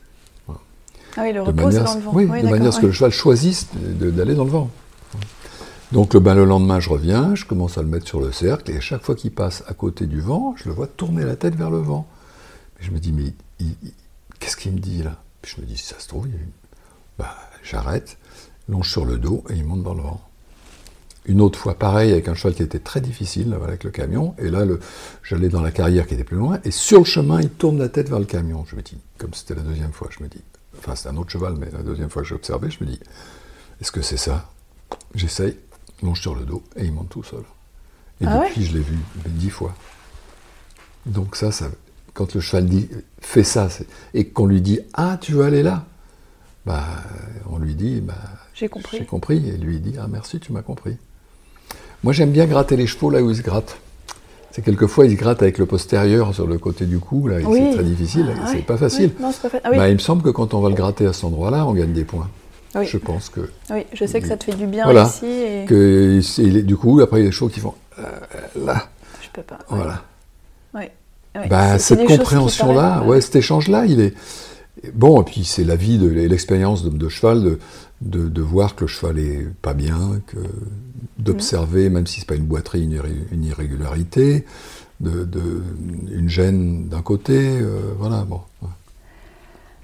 Ah oui, le de repos, manière, c'est dans le vent. Oui, oui de manière à ce que oui. le cheval choisisse de, de, d'aller dans le vent. Donc ben, le lendemain, je reviens, je commence à le mettre sur le cercle, et à chaque fois qu'il passe à côté du vent, je le vois tourner la tête vers le vent. Et je me dis, mais il, il, qu'est-ce qu'il me dit là? Puis je me dis, si ça se trouve, il... ben, j'arrête, longe sur le dos, et il monte dans le vent. Une autre fois, pareil, avec un cheval qui était très difficile, là, avec le camion, et là, le... j'allais dans la carrière qui était plus loin, et sur le chemin, il tourne la tête vers le camion. Je me dis, comme c'était la deuxième fois, je me dis, enfin, c'est un autre cheval, mais la deuxième fois que j'ai observé, je me dis, est-ce que c'est ça? J'essaye, longe sur le dos, et il monte tout seul. Et ah depuis, ouais je l'ai vu dix fois. Donc ça, ça, quand le cheval dit, fais ça, c'est, et qu'on lui dit, ah, tu veux aller là? Bah, on lui dit, bah, j'ai compris. J'ai compris, et lui dit, ah, merci, tu m'as compris. Moi, j'aime bien gratter les chevaux là où ils se grattent. C'est quelquefois, ils se grattent avec le postérieur sur le côté du cou, là, et oui. c'est très difficile, ah, c'est oui. pas facile. Oui. Non, c'est pas fa... ah, oui. bah, il me semble que quand on va le gratter à cet endroit-là, on gagne des points. Oui. Je pense que... Oui, je sais que ça te fait du bien voilà. ici. Et... Que, et, du coup, après, il y a des chevaux qui font euh, là. Je peux pas. Voilà. Oui. Oui. Bah, c'est, cette c'est compréhension-là, ouais, cet échange-là, il est... Bon, et puis c'est la vie, de, l'expérience de, de cheval, de, de, de voir que le cheval est pas bien, que, d'observer, mmh. même si c'est pas une boiterie, une, une irrégularité, de, de, une gêne d'un côté, euh, voilà, bon. Ouais.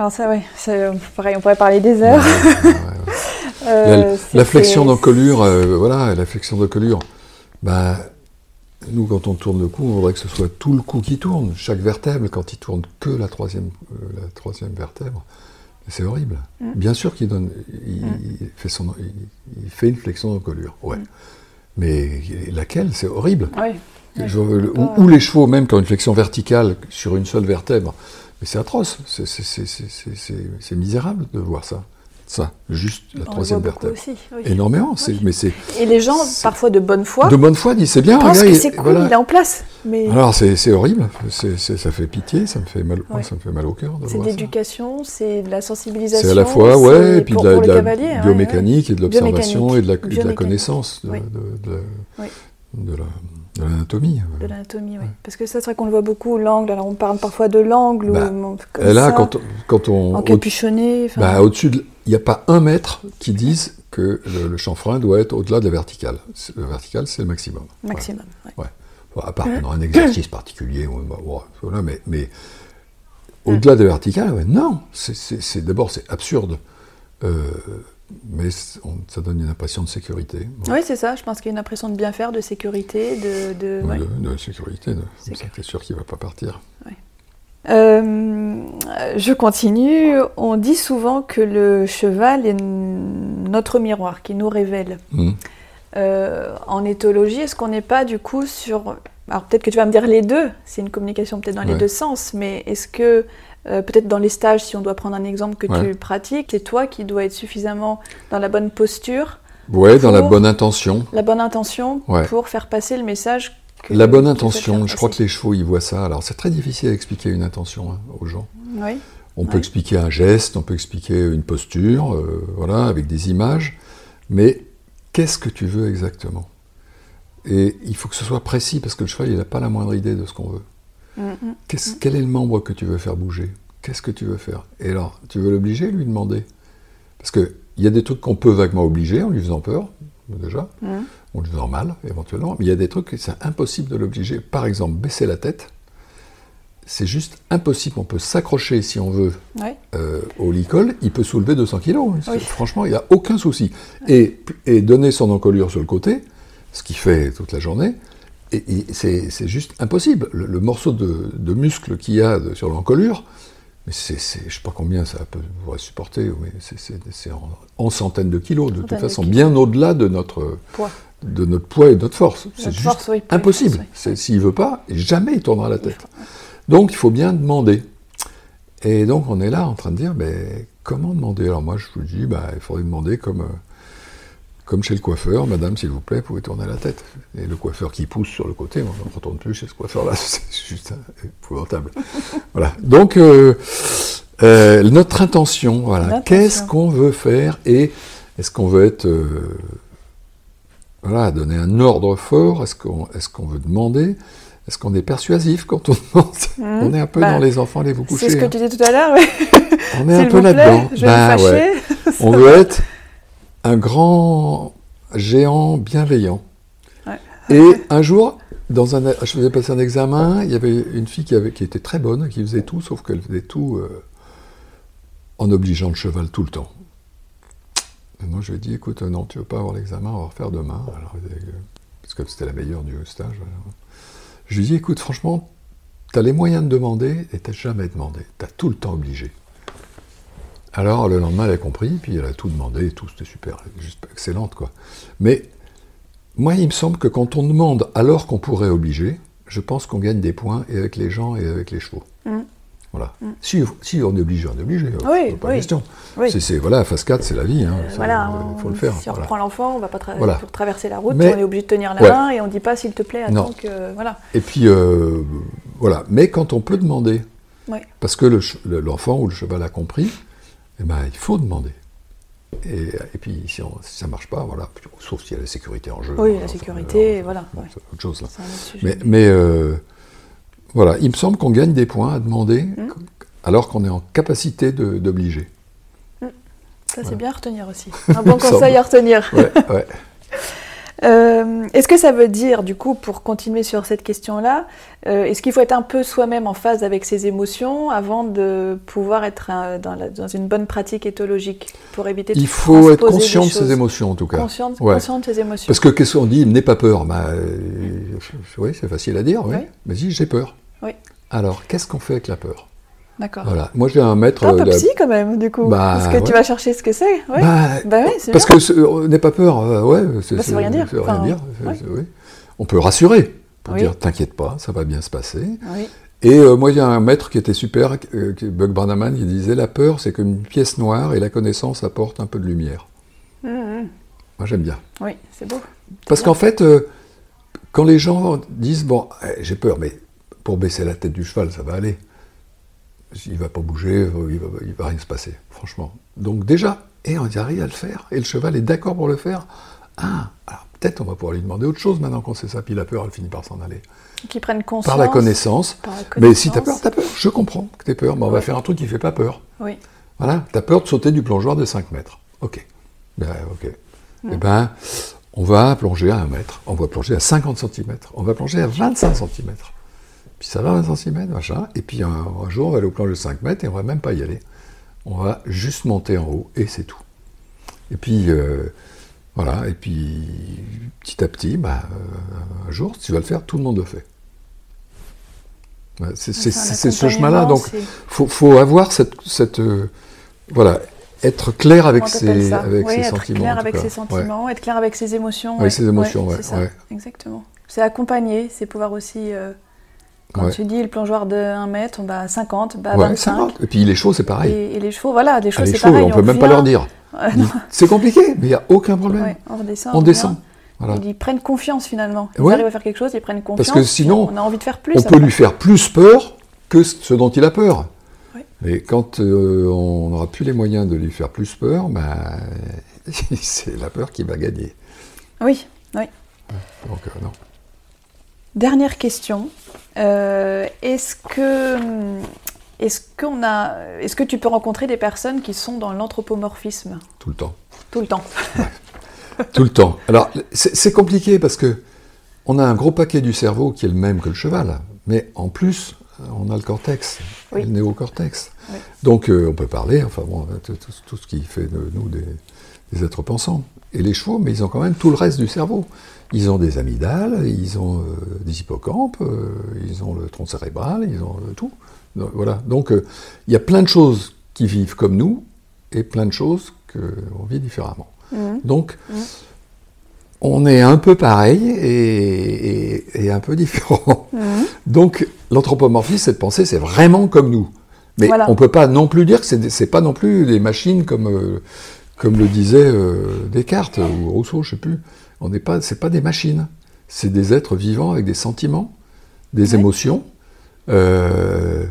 Alors ça, oui, c'est pareil, on pourrait parler des heures. Ouais, ouais, ouais. euh, la, la flexion d'encolure, euh, voilà, la flexion d'encolure, ben, nous, quand on tourne le cou, on voudrait que ce soit tout le cou qui tourne, chaque vertèbre, quand il tourne que la troisième, euh, la troisième vertèbre, c'est horrible. Mm. Bien sûr qu'il donne, il, mm. il, fait son, il, il fait une flexion d'encolure, ouais. Mm. Mais laquelle, c'est horrible. Oui. Je, ou, ou les chevaux, même qui ont une flexion verticale sur une seule vertèbre. Mais c'est atroce, c'est, c'est, c'est, c'est, c'est, c'est misérable de voir ça. Ça, juste la on troisième vertèbre. Aussi, oui. Énormément. C'est, oui. mais c'est, Et les gens, parfois de bonne foi, de bonne foi disent c'est bien. pensent regarde, que c'est cool, voilà. Il est en place. Mais... Alors c'est, c'est horrible, c'est, c'est, ça fait pitié, ça me fait mal, ouais. ça me fait mal au cœur. De c'est voir de l'éducation, ça. C'est de la sensibilisation. C'est à la fois, ouais, et puis pour, de la, pour de la cavalier, biomécanique ouais, et de l'observation et de la, de la connaissance de, oui. de, de, de, oui. de la... De l'anatomie. De l'anatomie, oui. Ouais. Parce que ça, c'est vrai qu'on le voit beaucoup, l'angle. Alors, on parle parfois de l'angle. Bah, ou, comme et là, ça, quand, quand on... encapuchonné. Au, bah, au-dessus, il n'y a pas un mètre qui dise que le, le chanfrein doit être au-delà de la verticale. Le vertical, c'est le maximum. Maximum, ouais. ouais. Bon, à part pendant un exercice particulier, bon, voilà, mais, mais au-delà de la verticale, ouais, non. C'est, c'est, c'est, d'abord, c'est absurde. Euh, mais on, ça donne une impression de sécurité. Bon. Oui, c'est ça. Je pense qu'il y a une impression de bien faire, de sécurité, de... De, ouais, ouais. de, de sécurité. De, comme ça, t'es sûr qu'il ne va pas partir. Ouais. Euh, je continue. On dit souvent que le cheval est notre miroir, qui nous révèle. Mmh. Euh, en éthologie, est-ce qu'on n'est pas du coup sur... Alors peut-être que tu vas me dire les deux, c'est une communication peut-être dans ouais. les deux sens, mais est-ce que... Euh, peut-être dans les stages, si on doit prendre un exemple que ouais. tu pratiques, c'est toi qui dois être suffisamment dans la bonne posture. Oui, dans la bonne intention. La bonne intention ouais. pour faire passer le message. Que la bonne intention, je crois que les chevaux, ils voient ça. Alors c'est très difficile à expliquer une intention hein, aux gens. Oui. On oui. peut expliquer un geste, on peut expliquer une posture, euh, voilà, avec des images, mais qu'est-ce que tu veux exactement ? Et il faut que ce soit précis, parce que le cheval, il n'a pas la moindre idée de ce qu'on veut. Mmh, Qu'est-ce, mmh. Quel est le membre que tu veux faire bouger ? Qu'est-ce que tu veux faire ? Et alors, tu veux l'obliger, lui demander ? Parce qu'il y a des trucs qu'on peut vaguement obliger en lui faisant peur, déjà, mmh. en lui faisant mal, éventuellement, mais il y a des trucs que c'est impossible de l'obliger. Par exemple, baisser la tête, c'est juste impossible. On peut s'accrocher, si on veut, ouais. euh, au licol, il peut soulever deux cents kilos. Oui. Franchement, il n'y a aucun souci. Ouais. Et, et donner son encolure sur le côté, ce qu'il fait toute la journée, Et, et c'est, c'est juste impossible. Le, le morceau de, de muscle qu'il y a de, sur l'encolure, mais c'est, c'est, je ne sais pas combien ça peut, pourrait supporter, mais c'est, c'est, c'est en, en centaines de kilos, de toute façon, bien au-delà de notre poids, de notre poids et de notre force. Notre c'est juste force, oui, impossible. Force, oui. C'est, s'il ne veut pas, jamais il tournera la tête. Il faut, ouais. Donc il faut bien demander. Et donc on est là en train de dire, ben, comment demander ? Alors moi je vous dis, ben, il faudrait demander comme... Euh, Comme chez le coiffeur, madame, s'il vous plaît, vous pouvez tourner la tête. Et le coiffeur qui pousse sur le côté, on ne retourne plus chez ce coiffeur-là, c'est juste épouvantable. Voilà. Donc, euh, euh, notre intention, voilà. L'intention. Qu'est-ce qu'on veut faire et est-ce qu'on veut être, euh, voilà, donner un ordre fort ? Est-ce qu'on, est-ce qu'on veut demander ? Est-ce qu'on est persuasif quand on demande ? mmh, On est un peu bah, dans les enfants, allez vous coucher. C'est ce que hein. tu disais tout à l'heure, oui. On est un peu plaît, là-dedans. Je vais bah, me fâcher. Ouais. On veut être un grand géant bienveillant. Ouais. Et un jour, dans un, je faisais passer un examen, il y avait une fille qui, avait, qui était très bonne, qui faisait tout, sauf qu'elle faisait tout euh, en obligeant le cheval tout le temps. Et moi, je lui ai dit, écoute, non, tu ne veux pas avoir l'examen, on va refaire demain. Alors, parce que c'était la meilleure du stage. Alors. Je lui ai dit, écoute, franchement, tu as les moyens de demander et tu n'as jamais demandé. Tu as tout le temps obligé. Alors, le lendemain, elle a compris, puis elle a tout demandé, et tout, c'était super, juste excellente, quoi. Mais, moi, il me semble que quand on demande alors qu'on pourrait obliger, je pense qu'on gagne des points, et avec les gens, et avec les chevaux. Mmh. Voilà. Mmh. Si, si on est obligé, on est obligé, oui, pas oui. de question. Oui. C'est, c'est, voilà, phase quatre, c'est la vie, hein, euh, voilà, il faut le faire. Si on voilà. reprend l'enfant, on va pas tra- voilà. pour traverser la route, Mais, on est obligé de tenir la ouais. main, et on ne dit pas, s'il te plaît, attends non. que... Voilà. Et puis, euh, voilà. Mais quand on peut demander, ouais. parce que le, l'enfant ou le cheval a compris, eh ben, il faut demander. Et, et puis, si, on, si ça ne marche pas, voilà, sauf s'il y a la sécurité en jeu. Oui, alors, la sécurité, alors, voilà. Bon, ouais. c'est autre chose, là. C'est mais mais euh, voilà, il me semble qu'on gagne des points à demander, mmh. alors qu'on est en capacité de, d'obliger. Mmh. Ça, c'est voilà. Bien à retenir aussi. Un bon conseil à retenir. Ouais, ouais. Euh, est-ce que ça veut dire, du coup, pour continuer sur cette question-là, euh, est-ce qu'il faut être un peu soi-même en phase avec ses émotions avant de pouvoir être un, dans, la, dans une bonne pratique éthologique pour éviter de Il faut être conscient de ses émotions, en tout cas. Conscient, ouais. conscient de ses émotions. Parce que qu'est-ce qu'on dit? N'aie pas peur. Bah, euh, oui, c'est facile à dire. Oui. Oui. Vas-y, j'ai peur. Oui. Alors, qu'est-ce qu'on fait avec la peur? D'accord. Voilà. Moi, j'ai un maître. Un peu de... psy quand même, du coup. Bah, parce que ouais. tu vas chercher ce que c'est. Ouais. Bah, bah oui, c'est parce bien. que euh, n'aie pas peur. Euh, ouais, c'est, bah, ça veut rien dire. Ça veut enfin, rien dire. Ouais. C'est, oui. On peut rassurer, pour oui. dire t'inquiète pas, ça va bien se passer. Oui. Et euh, moi, il y a un maître qui était super, euh, Buck Barnaman, il disait la peur, c'est comme une pièce noire et la connaissance apporte un peu de lumière. Mmh, mmh. Moi, j'aime bien. Oui, c'est beau. C'est parce bien. qu'en fait, euh, quand les gens disent bon, j'ai peur, mais pour baisser la tête du cheval, ça va aller. Il va pas bouger, il va, il va rien se passer, franchement. Donc déjà, et on arrive à le faire, et le cheval est d'accord pour le faire. Ah, alors peut-être on va pouvoir lui demander autre chose maintenant qu'on sait ça, puis la peur, elle finit par s'en aller. Qu'ils prennent conscience. Par la connaissance. Par la connaissance. Mais si t'as peur, t'as peur. Je comprends que t'aies peur, mais on oui. va faire un truc qui fait pas peur. Oui. Voilà, t'as peur de sauter du plongeoir de cinq mètres. Ok. Ben, ok. Mm. Eh ben, on va plonger à un mètre, on va plonger à cinquante centimètres, on va plonger à vingt-cinq centimètres. Puis ça va à vingt centimètres, machin, et puis un, un jour, on va aller au planche de cinq mètres et on va même pas y aller. On va juste monter en haut, et c'est tout. Et puis, euh, voilà, et puis, petit à petit, bah, euh, un jour, si tu vas le faire, tout le monde le fait. C'est, c'est, c'est, c'est ce chemin-là, donc il faut, faut avoir cette... cette euh, voilà, être clair avec ses, avec oui, ses être sentiments. Clair avec ses sentiments, ouais. être clair avec ses émotions. Avec ouais. ses émotions, ouais. C'est ça, ouais. exactement. C'est accompagner, c'est pouvoir aussi... Euh, Quand ouais. tu dis le plongeoir de un mètre, bah cinquante, bah ouais, vingt-cinq. cinquante. Et puis les chevaux, c'est pareil. Et, et les chevaux, voilà, les chevaux, ah, les c'est chevaux, pareil. on ne peut même vient... pas leur dire. Dit, c'est compliqué, mais il n'y a aucun problème. Ouais, on redescend. On, on descend. Voilà. Ils prennent confiance finalement. Ils ouais. arrivent à faire quelque chose, ils prennent confiance. Parce que sinon, on a envie de faire plus. On peut après. lui faire plus peur que ce dont il a peur. Ouais. Et quand euh, on n'aura plus les moyens de lui faire plus peur, bah, c'est la peur qui va gagner. Oui, oui. Donc, euh, non. Dernière question. Euh, est-ce que, est-ce qu'on a, est-ce que tu peux rencontrer des personnes qui sont dans l'anthropomorphisme ? Tout le temps. Tout le temps. Ouais. Tout le temps. Alors, c'est, c'est compliqué parce que on a un gros paquet du cerveau qui est le même que le cheval, mais en plus, on a le cortex, oui. le néocortex. Oui. Donc, euh, on peut parler, enfin bon, tout, tout, tout ce qui fait de nous des, des êtres pensants. Et les chevaux, mais ils ont quand même tout le reste du cerveau. Ils ont des amygdales, ils ont euh, des hippocampes, euh, ils ont le tronc cérébral, ils ont euh, tout. Donc, voilà. Donc, euh, il y a plein de choses qui vivent comme nous et plein de choses qu'on vit différemment. Mmh. Donc, mmh. on est un peu pareil et, et, et un peu différent. Mmh. Donc, l'anthropomorphisme, c'est de penser, c'est vraiment comme nous. Mais voilà. On ne peut pas non plus dire que c'est, c'est pas non plus des machines comme, euh, comme le disait euh, Descartes ou Rousseau, je ne sais plus. On n'est pas, c'est pas des machines, c'est des êtres vivants avec des sentiments, des oui. émotions, euh,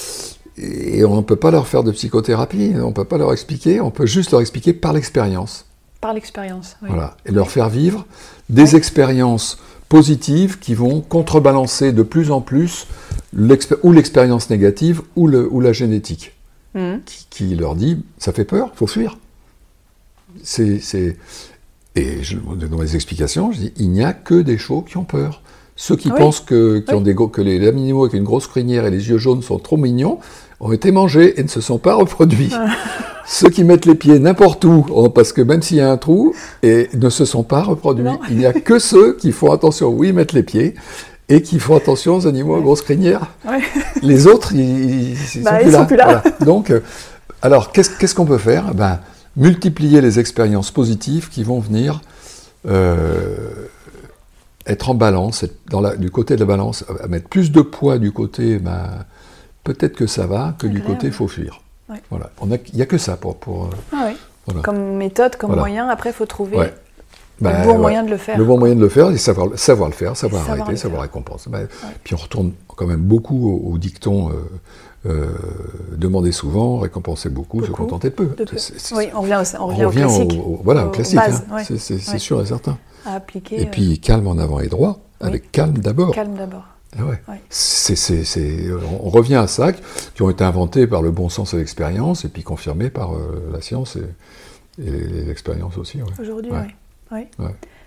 et on ne peut pas leur faire de psychothérapie, on ne peut pas leur expliquer, on peut juste leur expliquer par l'expérience. Par l'expérience, oui. Voilà, et leur faire vivre des oui. expériences positives qui vont contrebalancer de plus en plus l'expé- ou l'expérience négative ou, le, ou la génétique, mmh. qui, qui leur dit, ça fait peur, il faut fuir. C'est... c'est Et je, dans mes explications, je dis, il n'y a que des chevaux qui ont peur. Ceux qui oui. pensent que, qui oui. ont des, que les animaux avec une grosse crinière et les yeux jaunes sont trop mignons ont été mangés et ne se sont pas reproduits. Ah. Ceux qui mettent les pieds n'importe où, parce que même s'il y a un trou, et ne se sont pas reproduits. Non. Il n'y a que ceux qui font attention où ils mettent les pieds et qui font attention aux animaux à grosse crinière. Oui. Les autres, ils, ils, bah, sont, ils plus sont plus là. Voilà. Donc, alors, qu'est-ce, qu'est-ce qu'on peut faire ? Ben, multiplier les expériences positives qui vont venir euh, être en balance, être dans la, du côté de la balance, à mettre plus de poids du côté, ben, peut-être que ça va, que du côté, il faut fuir. Ouais. Voilà. Il n'y a que ça pour... pour ah oui. Voilà. Comme méthode, comme voilà. moyen, après il faut trouver ouais. ben, le bon ouais. moyen de le faire. Le bon moyen de le faire, c'est savoir, savoir le faire, savoir, savoir arrêter, savoir récompenser. Ben, ouais. Puis on retourne quand même beaucoup au, au dicton... Euh, Euh, demander souvent, récompenser beaucoup, beaucoup, se contenter de peu. De peu. C'est, c'est, oui, on revient au, on revient on au classique. Au, au, voilà, au classique. Base, hein. ouais. C'est, c'est, c'est ouais. sûr et certain. À appliquer. Et euh... puis calme en avant et droit, oui. avec calme d'abord. Calme d'abord. Ah ouais. Ouais. C'est, c'est, c'est, on revient à ça, qui ont été inventés par le bon sens et l'expérience, et puis confirmés par euh, la science et, et l'expérience aussi. Ouais. Aujourd'hui, ouais. oui. Ouais. Ouais.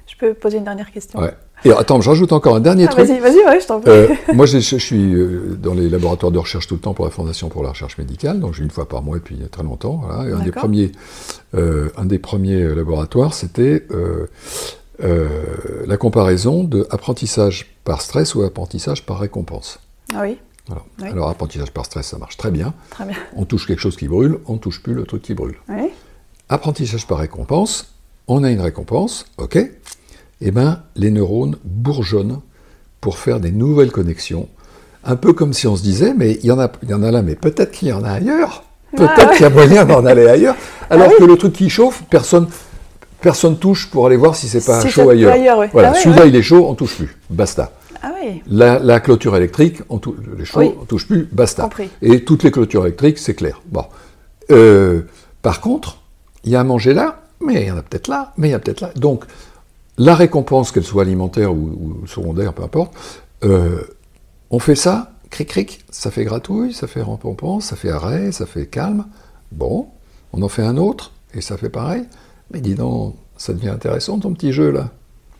Je peux poser une dernière question? Ouais. Et attends, je rajoute encore un dernier ah, truc. Vas-y, vas-y, ouais, je t'en prie. Euh, moi, je, je suis dans les laboratoires de recherche tout le temps pour la Fondation pour la recherche médicale, donc j'ai une fois par mois depuis très longtemps. Voilà. Et un des premiers, euh, un des premiers laboratoires, c'était euh, euh, la comparaison de apprentissage par stress ou apprentissage par récompense. Ah oui. Alors, oui. alors, apprentissage par stress, ça marche très bien. Très bien. On touche quelque chose qui brûle, on ne touche plus le truc qui brûle. Oui. Apprentissage par récompense, on a une récompense, ok. Eh bien, les neurones bourgeonnent pour faire des nouvelles connexions. Un peu comme si on se disait, mais il y en a, il y en a là, mais peut-être qu'il y en a ailleurs. Peut-être ah, ouais. qu'il y a moyen d'en aller ailleurs. Alors ah, que oui. le truc qui chauffe, personne personne touche pour aller voir si c'est pas si chaud ailleurs. ailleurs oui. Voilà, ah, celui-là, oui, il est chaud, on ne touche plus. Basta. Ah, oui. la, la clôture électrique, on tou- les chauds, oui. on ne touche plus. Basta. Compris. Et toutes les clôtures électriques, c'est clair. Bon. Euh, par contre, il y a à manger là, mais il y en a peut-être là, mais il y a peut-être là. Donc, la récompense, qu'elle soit alimentaire ou, ou secondaire, peu importe, euh, on fait ça, cric-cric, ça fait gratouille, ça fait récompense, ça fait arrêt, ça fait calme. Bon, on en fait un autre, et ça fait pareil. Mais dis donc, ça devient intéressant ton petit jeu là.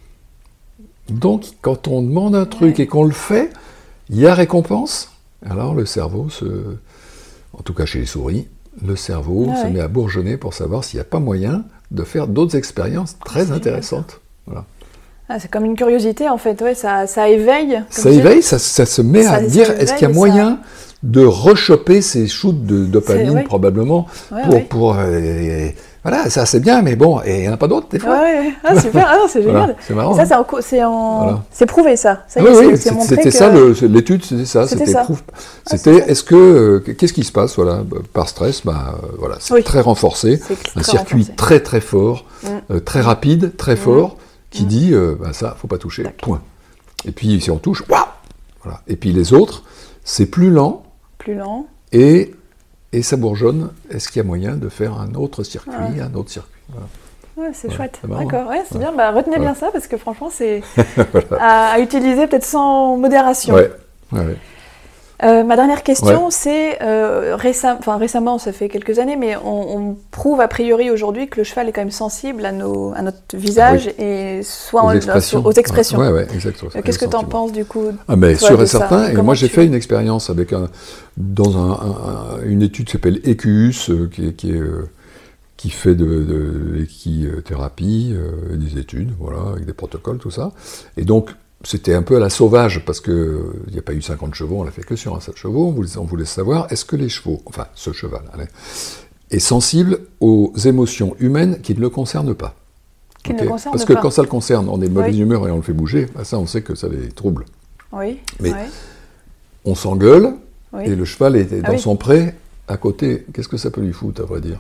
Donc, quand on demande un truc ouais. et qu'on le fait, il y a récompense. Alors le cerveau se... En tout cas chez les souris, le cerveau ouais. se met à bourgeonner pour savoir s'il n'y a pas moyen de faire d'autres expériences très intéressantes. Voilà. Ah, c'est comme une curiosité en fait, ouais, ça, ça éveille. Ça éveille, ça, ça se met ça, à dire éveille, est-ce qu'il y a moyen ça... de rechoper ces shoots de dopamine ouais. probablement ouais, pour... Ouais. pour euh, voilà, ça c'est bien, mais bon, et il n'y en a pas d'autres des fois. Ouais, ouais. Ah, super, ah, c'est génial. Voilà, c'est marrant. Ça, c'est, en, c'est, en... voilà. c'est prouvé ça. ça oui, c'est, oui, c'est c'était que... ça, le, l'étude, c'était ça. C'était, c'était, ça. Proof. Ah, c'était c'est est-ce que, euh, qu'est-ce qui se passe, voilà, par stress, bah, voilà, c'est oui. très renforcé, c'est un très circuit renforcé. très très fort, mm. euh, très rapide, très mm. fort, qui mm. dit, euh, bah, ça, faut pas toucher, D'accord. point. Et puis si on touche, waouh, voilà. Et puis les autres, c'est plus lent. Plus lent. Et Et ça bourgeonne. Est-ce qu'il y a moyen de faire un autre circuit, ah. un autre circuit voilà. Ouais, c'est voilà, chouette. C'est marrant, D'accord, ouais, c'est ouais. bien. Bah, retenez voilà. bien ça parce que franchement, c'est voilà. à, à utiliser peut-être sans modération. Ouais. Ouais, ouais. Euh, ma dernière question, ouais. c'est euh, récem- enfin, récemment, ça fait quelques années, mais on, on prouve a priori aujourd'hui que le cheval est quand même sensible à, nos, à notre visage ah, oui. et soit aux en, expressions. Aux expressions. Ouais, ouais, exactement. Euh, qu'est-ce que tu en penses du coup? Ah, mais sûr et certain. Et moi, j'ai fait une expérience avec un, dans un, un, une étude qui s'appelle E Q U S, euh, qui, qui, est, euh, qui fait de, de l'équithérapie, euh, des études, voilà, avec des protocoles, tout ça. Et donc, c'était un peu à la sauvage, parce qu'il n'y a pas eu cinquante chevaux, on l'a fait que sur un seul chevaux, on voulait, on voulait savoir, est-ce que les chevaux, enfin, ce cheval, allez, est sensible aux émotions humaines qui ne le concernent pas. Qui okay. ne le concernent Parce que pas. quand ça le concerne, on est de mauvaise oui. humeur et on le fait bouger, bah ça on sait que ça les trouble. Oui. Mais oui. on s'engueule, oui. et le cheval est ah dans oui. son pré, à côté, qu'est-ce que ça peut lui foutre, à vrai dire?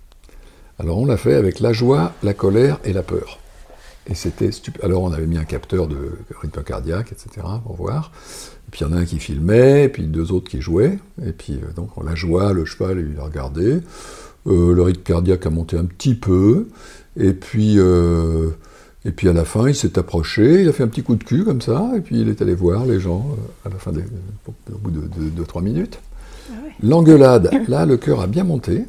Alors on l'a fait avec la joie, la colère et la peur. Et c'était stupide. Alors on avait mis un capteur de rythme cardiaque, et cetera, pour voir. Et puis il y en a un qui filmait, et puis deux autres qui jouaient. Et puis euh, donc la joie, le cheval, il a regardé. Euh, le rythme cardiaque a monté un petit peu. Et puis, euh, et puis à la fin, il s'est approché, il a fait un petit coup de cul comme ça, et puis il est allé voir les gens euh, à la fin des, au bout de deux trois minutes. Ah oui. L'engueulade, là, le cœur a bien monté.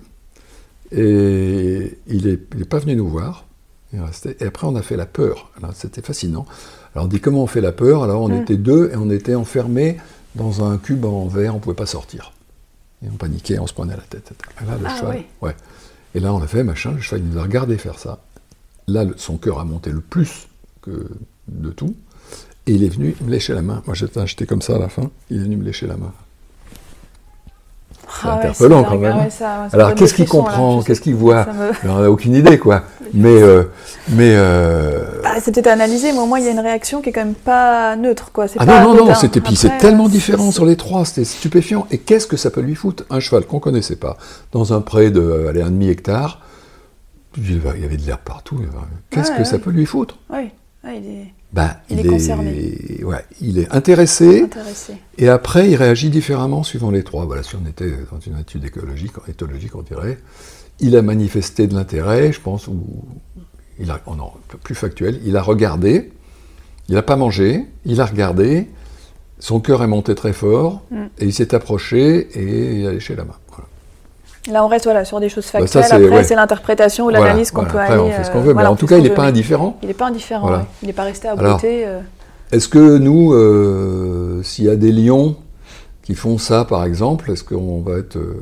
Et il n'est il est pas venu nous voir. Et après, on a fait la peur. Alors, c'était fascinant. Alors, on dit comment on fait la peur? Alors, on mmh. était deux et on était enfermés dans un cube en verre, on ne pouvait pas sortir. Et on paniquait, on se prenait la tête. Et là, le ah, cheval, oui. ouais. Et là, on a fait machin, le cheval, il nous a regardé faire ça. Là, le, son cœur a monté le plus que de tout. Et il est venu me lécher la main. Moi, j'étais, j'étais comme ça à la fin. Il est venu me lécher la main. C'est ah interpellant ouais, c'est quand même. Ouais, ça, ça alors qu'est-ce qu'il comprend, là, qu'est-ce qu'il voit me... On n'a aucune idée, quoi. mais euh, mais euh... bah, c'est peut-être analysé, mais au moins il y a une réaction qui est quand même pas neutre, quoi. C'est ah pas non non non, c'était puis c'est tellement c'est, différent c'est... sur les trois, c'était stupéfiant. Et qu'est-ce que ça peut lui foutre? Un cheval qu'on connaissait pas, dans un pré de allez, un demi hectare, il y avait de l'herbe partout. Qu'est-ce ouais, que ouais. ça peut lui foutre? Oui, ouais, il est. Ben, il, il est concerné. Ouais, il est intéressé, intéressé. Et après, il réagit différemment suivant les trois. Voilà, si on était dans une étude écologique, éthologique, on dirait, il a manifesté de l'intérêt, je pense, ou il a, oh non, plus factuel, il a regardé, il n'a pas mangé, il a regardé, son cœur est monté très fort, mm. et il s'est approché et il a léché la main. Voilà. Là, on reste voilà, sur des choses factuelles. Bah ça, c'est, Après, ouais. c'est l'interprétation ou voilà, l'analyse qu'on voilà. peut Après, aller... on fait ce qu'on euh, veut, mais voilà, en tout cas, il n'est pas veut, indifférent. Il n'est pas indifférent, Voilà. ouais. Il n'est pas resté à Alors, beauté. Euh... Est-ce que nous, euh, s'il y a des lions qui font ça, par exemple, est-ce qu'on va être... Euh,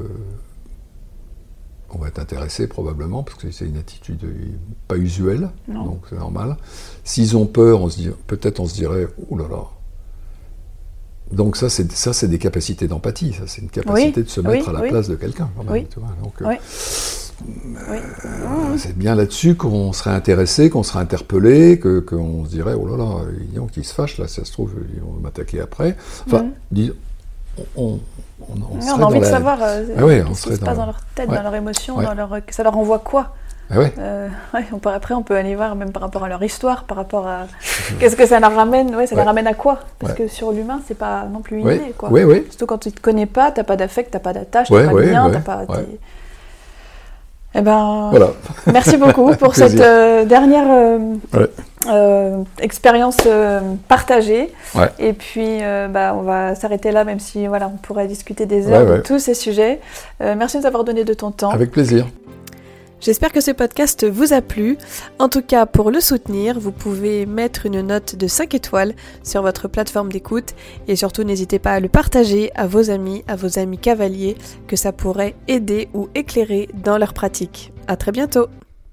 on va être intéressé probablement, parce que c'est une attitude pas usuelle, non. donc c'est normal. S'ils ont peur, on se dit, peut-être on se dirait, oh là là. Donc ça, c'est, ça, c'est des capacités d'empathie, ça, c'est une capacité oui, de se mettre oui, à la oui. place de quelqu'un. Quand même, oui. tu vois, donc, oui. Euh, oui. euh, c'est bien là-dessus qu'on serait intéressé, qu'on serait interpellé, que, qu'on se dirait, oh là là, ils qui se fâchent, là, ça se trouve, ils vont m'attaquer après. Enfin, mm. dis, on, on, on, on, oui, on a envie de la... savoir euh, ah ouais, ce qui se passe dans leur tête, ouais. dans leur émotion, ouais. dans leur... ça leur envoie quoi. Ah ouais. Euh, ouais, on peut, après, on peut aller voir même par rapport à leur histoire, par rapport à qu'est-ce que ça leur ramène, ouais, ça ouais. leur ramène à quoi. Parce ouais. que sur l'humain, c'est pas non plus inné, ouais. quoi. Ouais, ouais. Surtout quand tu te connais pas, t'as pas d'affect, t'as pas d'attache, ouais, t'as pas ouais, de lien, ouais, t'as pas. Ouais. Eh ben, voilà. Merci beaucoup pour cette euh, dernière euh, ouais. euh, expérience euh, partagée. Ouais. Et puis, euh, bah, on va s'arrêter là, même si voilà, on pourrait discuter des heures ouais, ouais. de tous ces sujets. Euh, merci de nous avoir donné de ton temps. Avec plaisir. J'espère que ce podcast vous a plu. En tout cas, pour le soutenir, vous pouvez mettre une note de cinq étoiles sur votre plateforme d'écoute et surtout n'hésitez pas à le partager à vos amis, à vos amis cavaliers, que ça pourrait aider ou éclairer dans leur pratique. À très bientôt.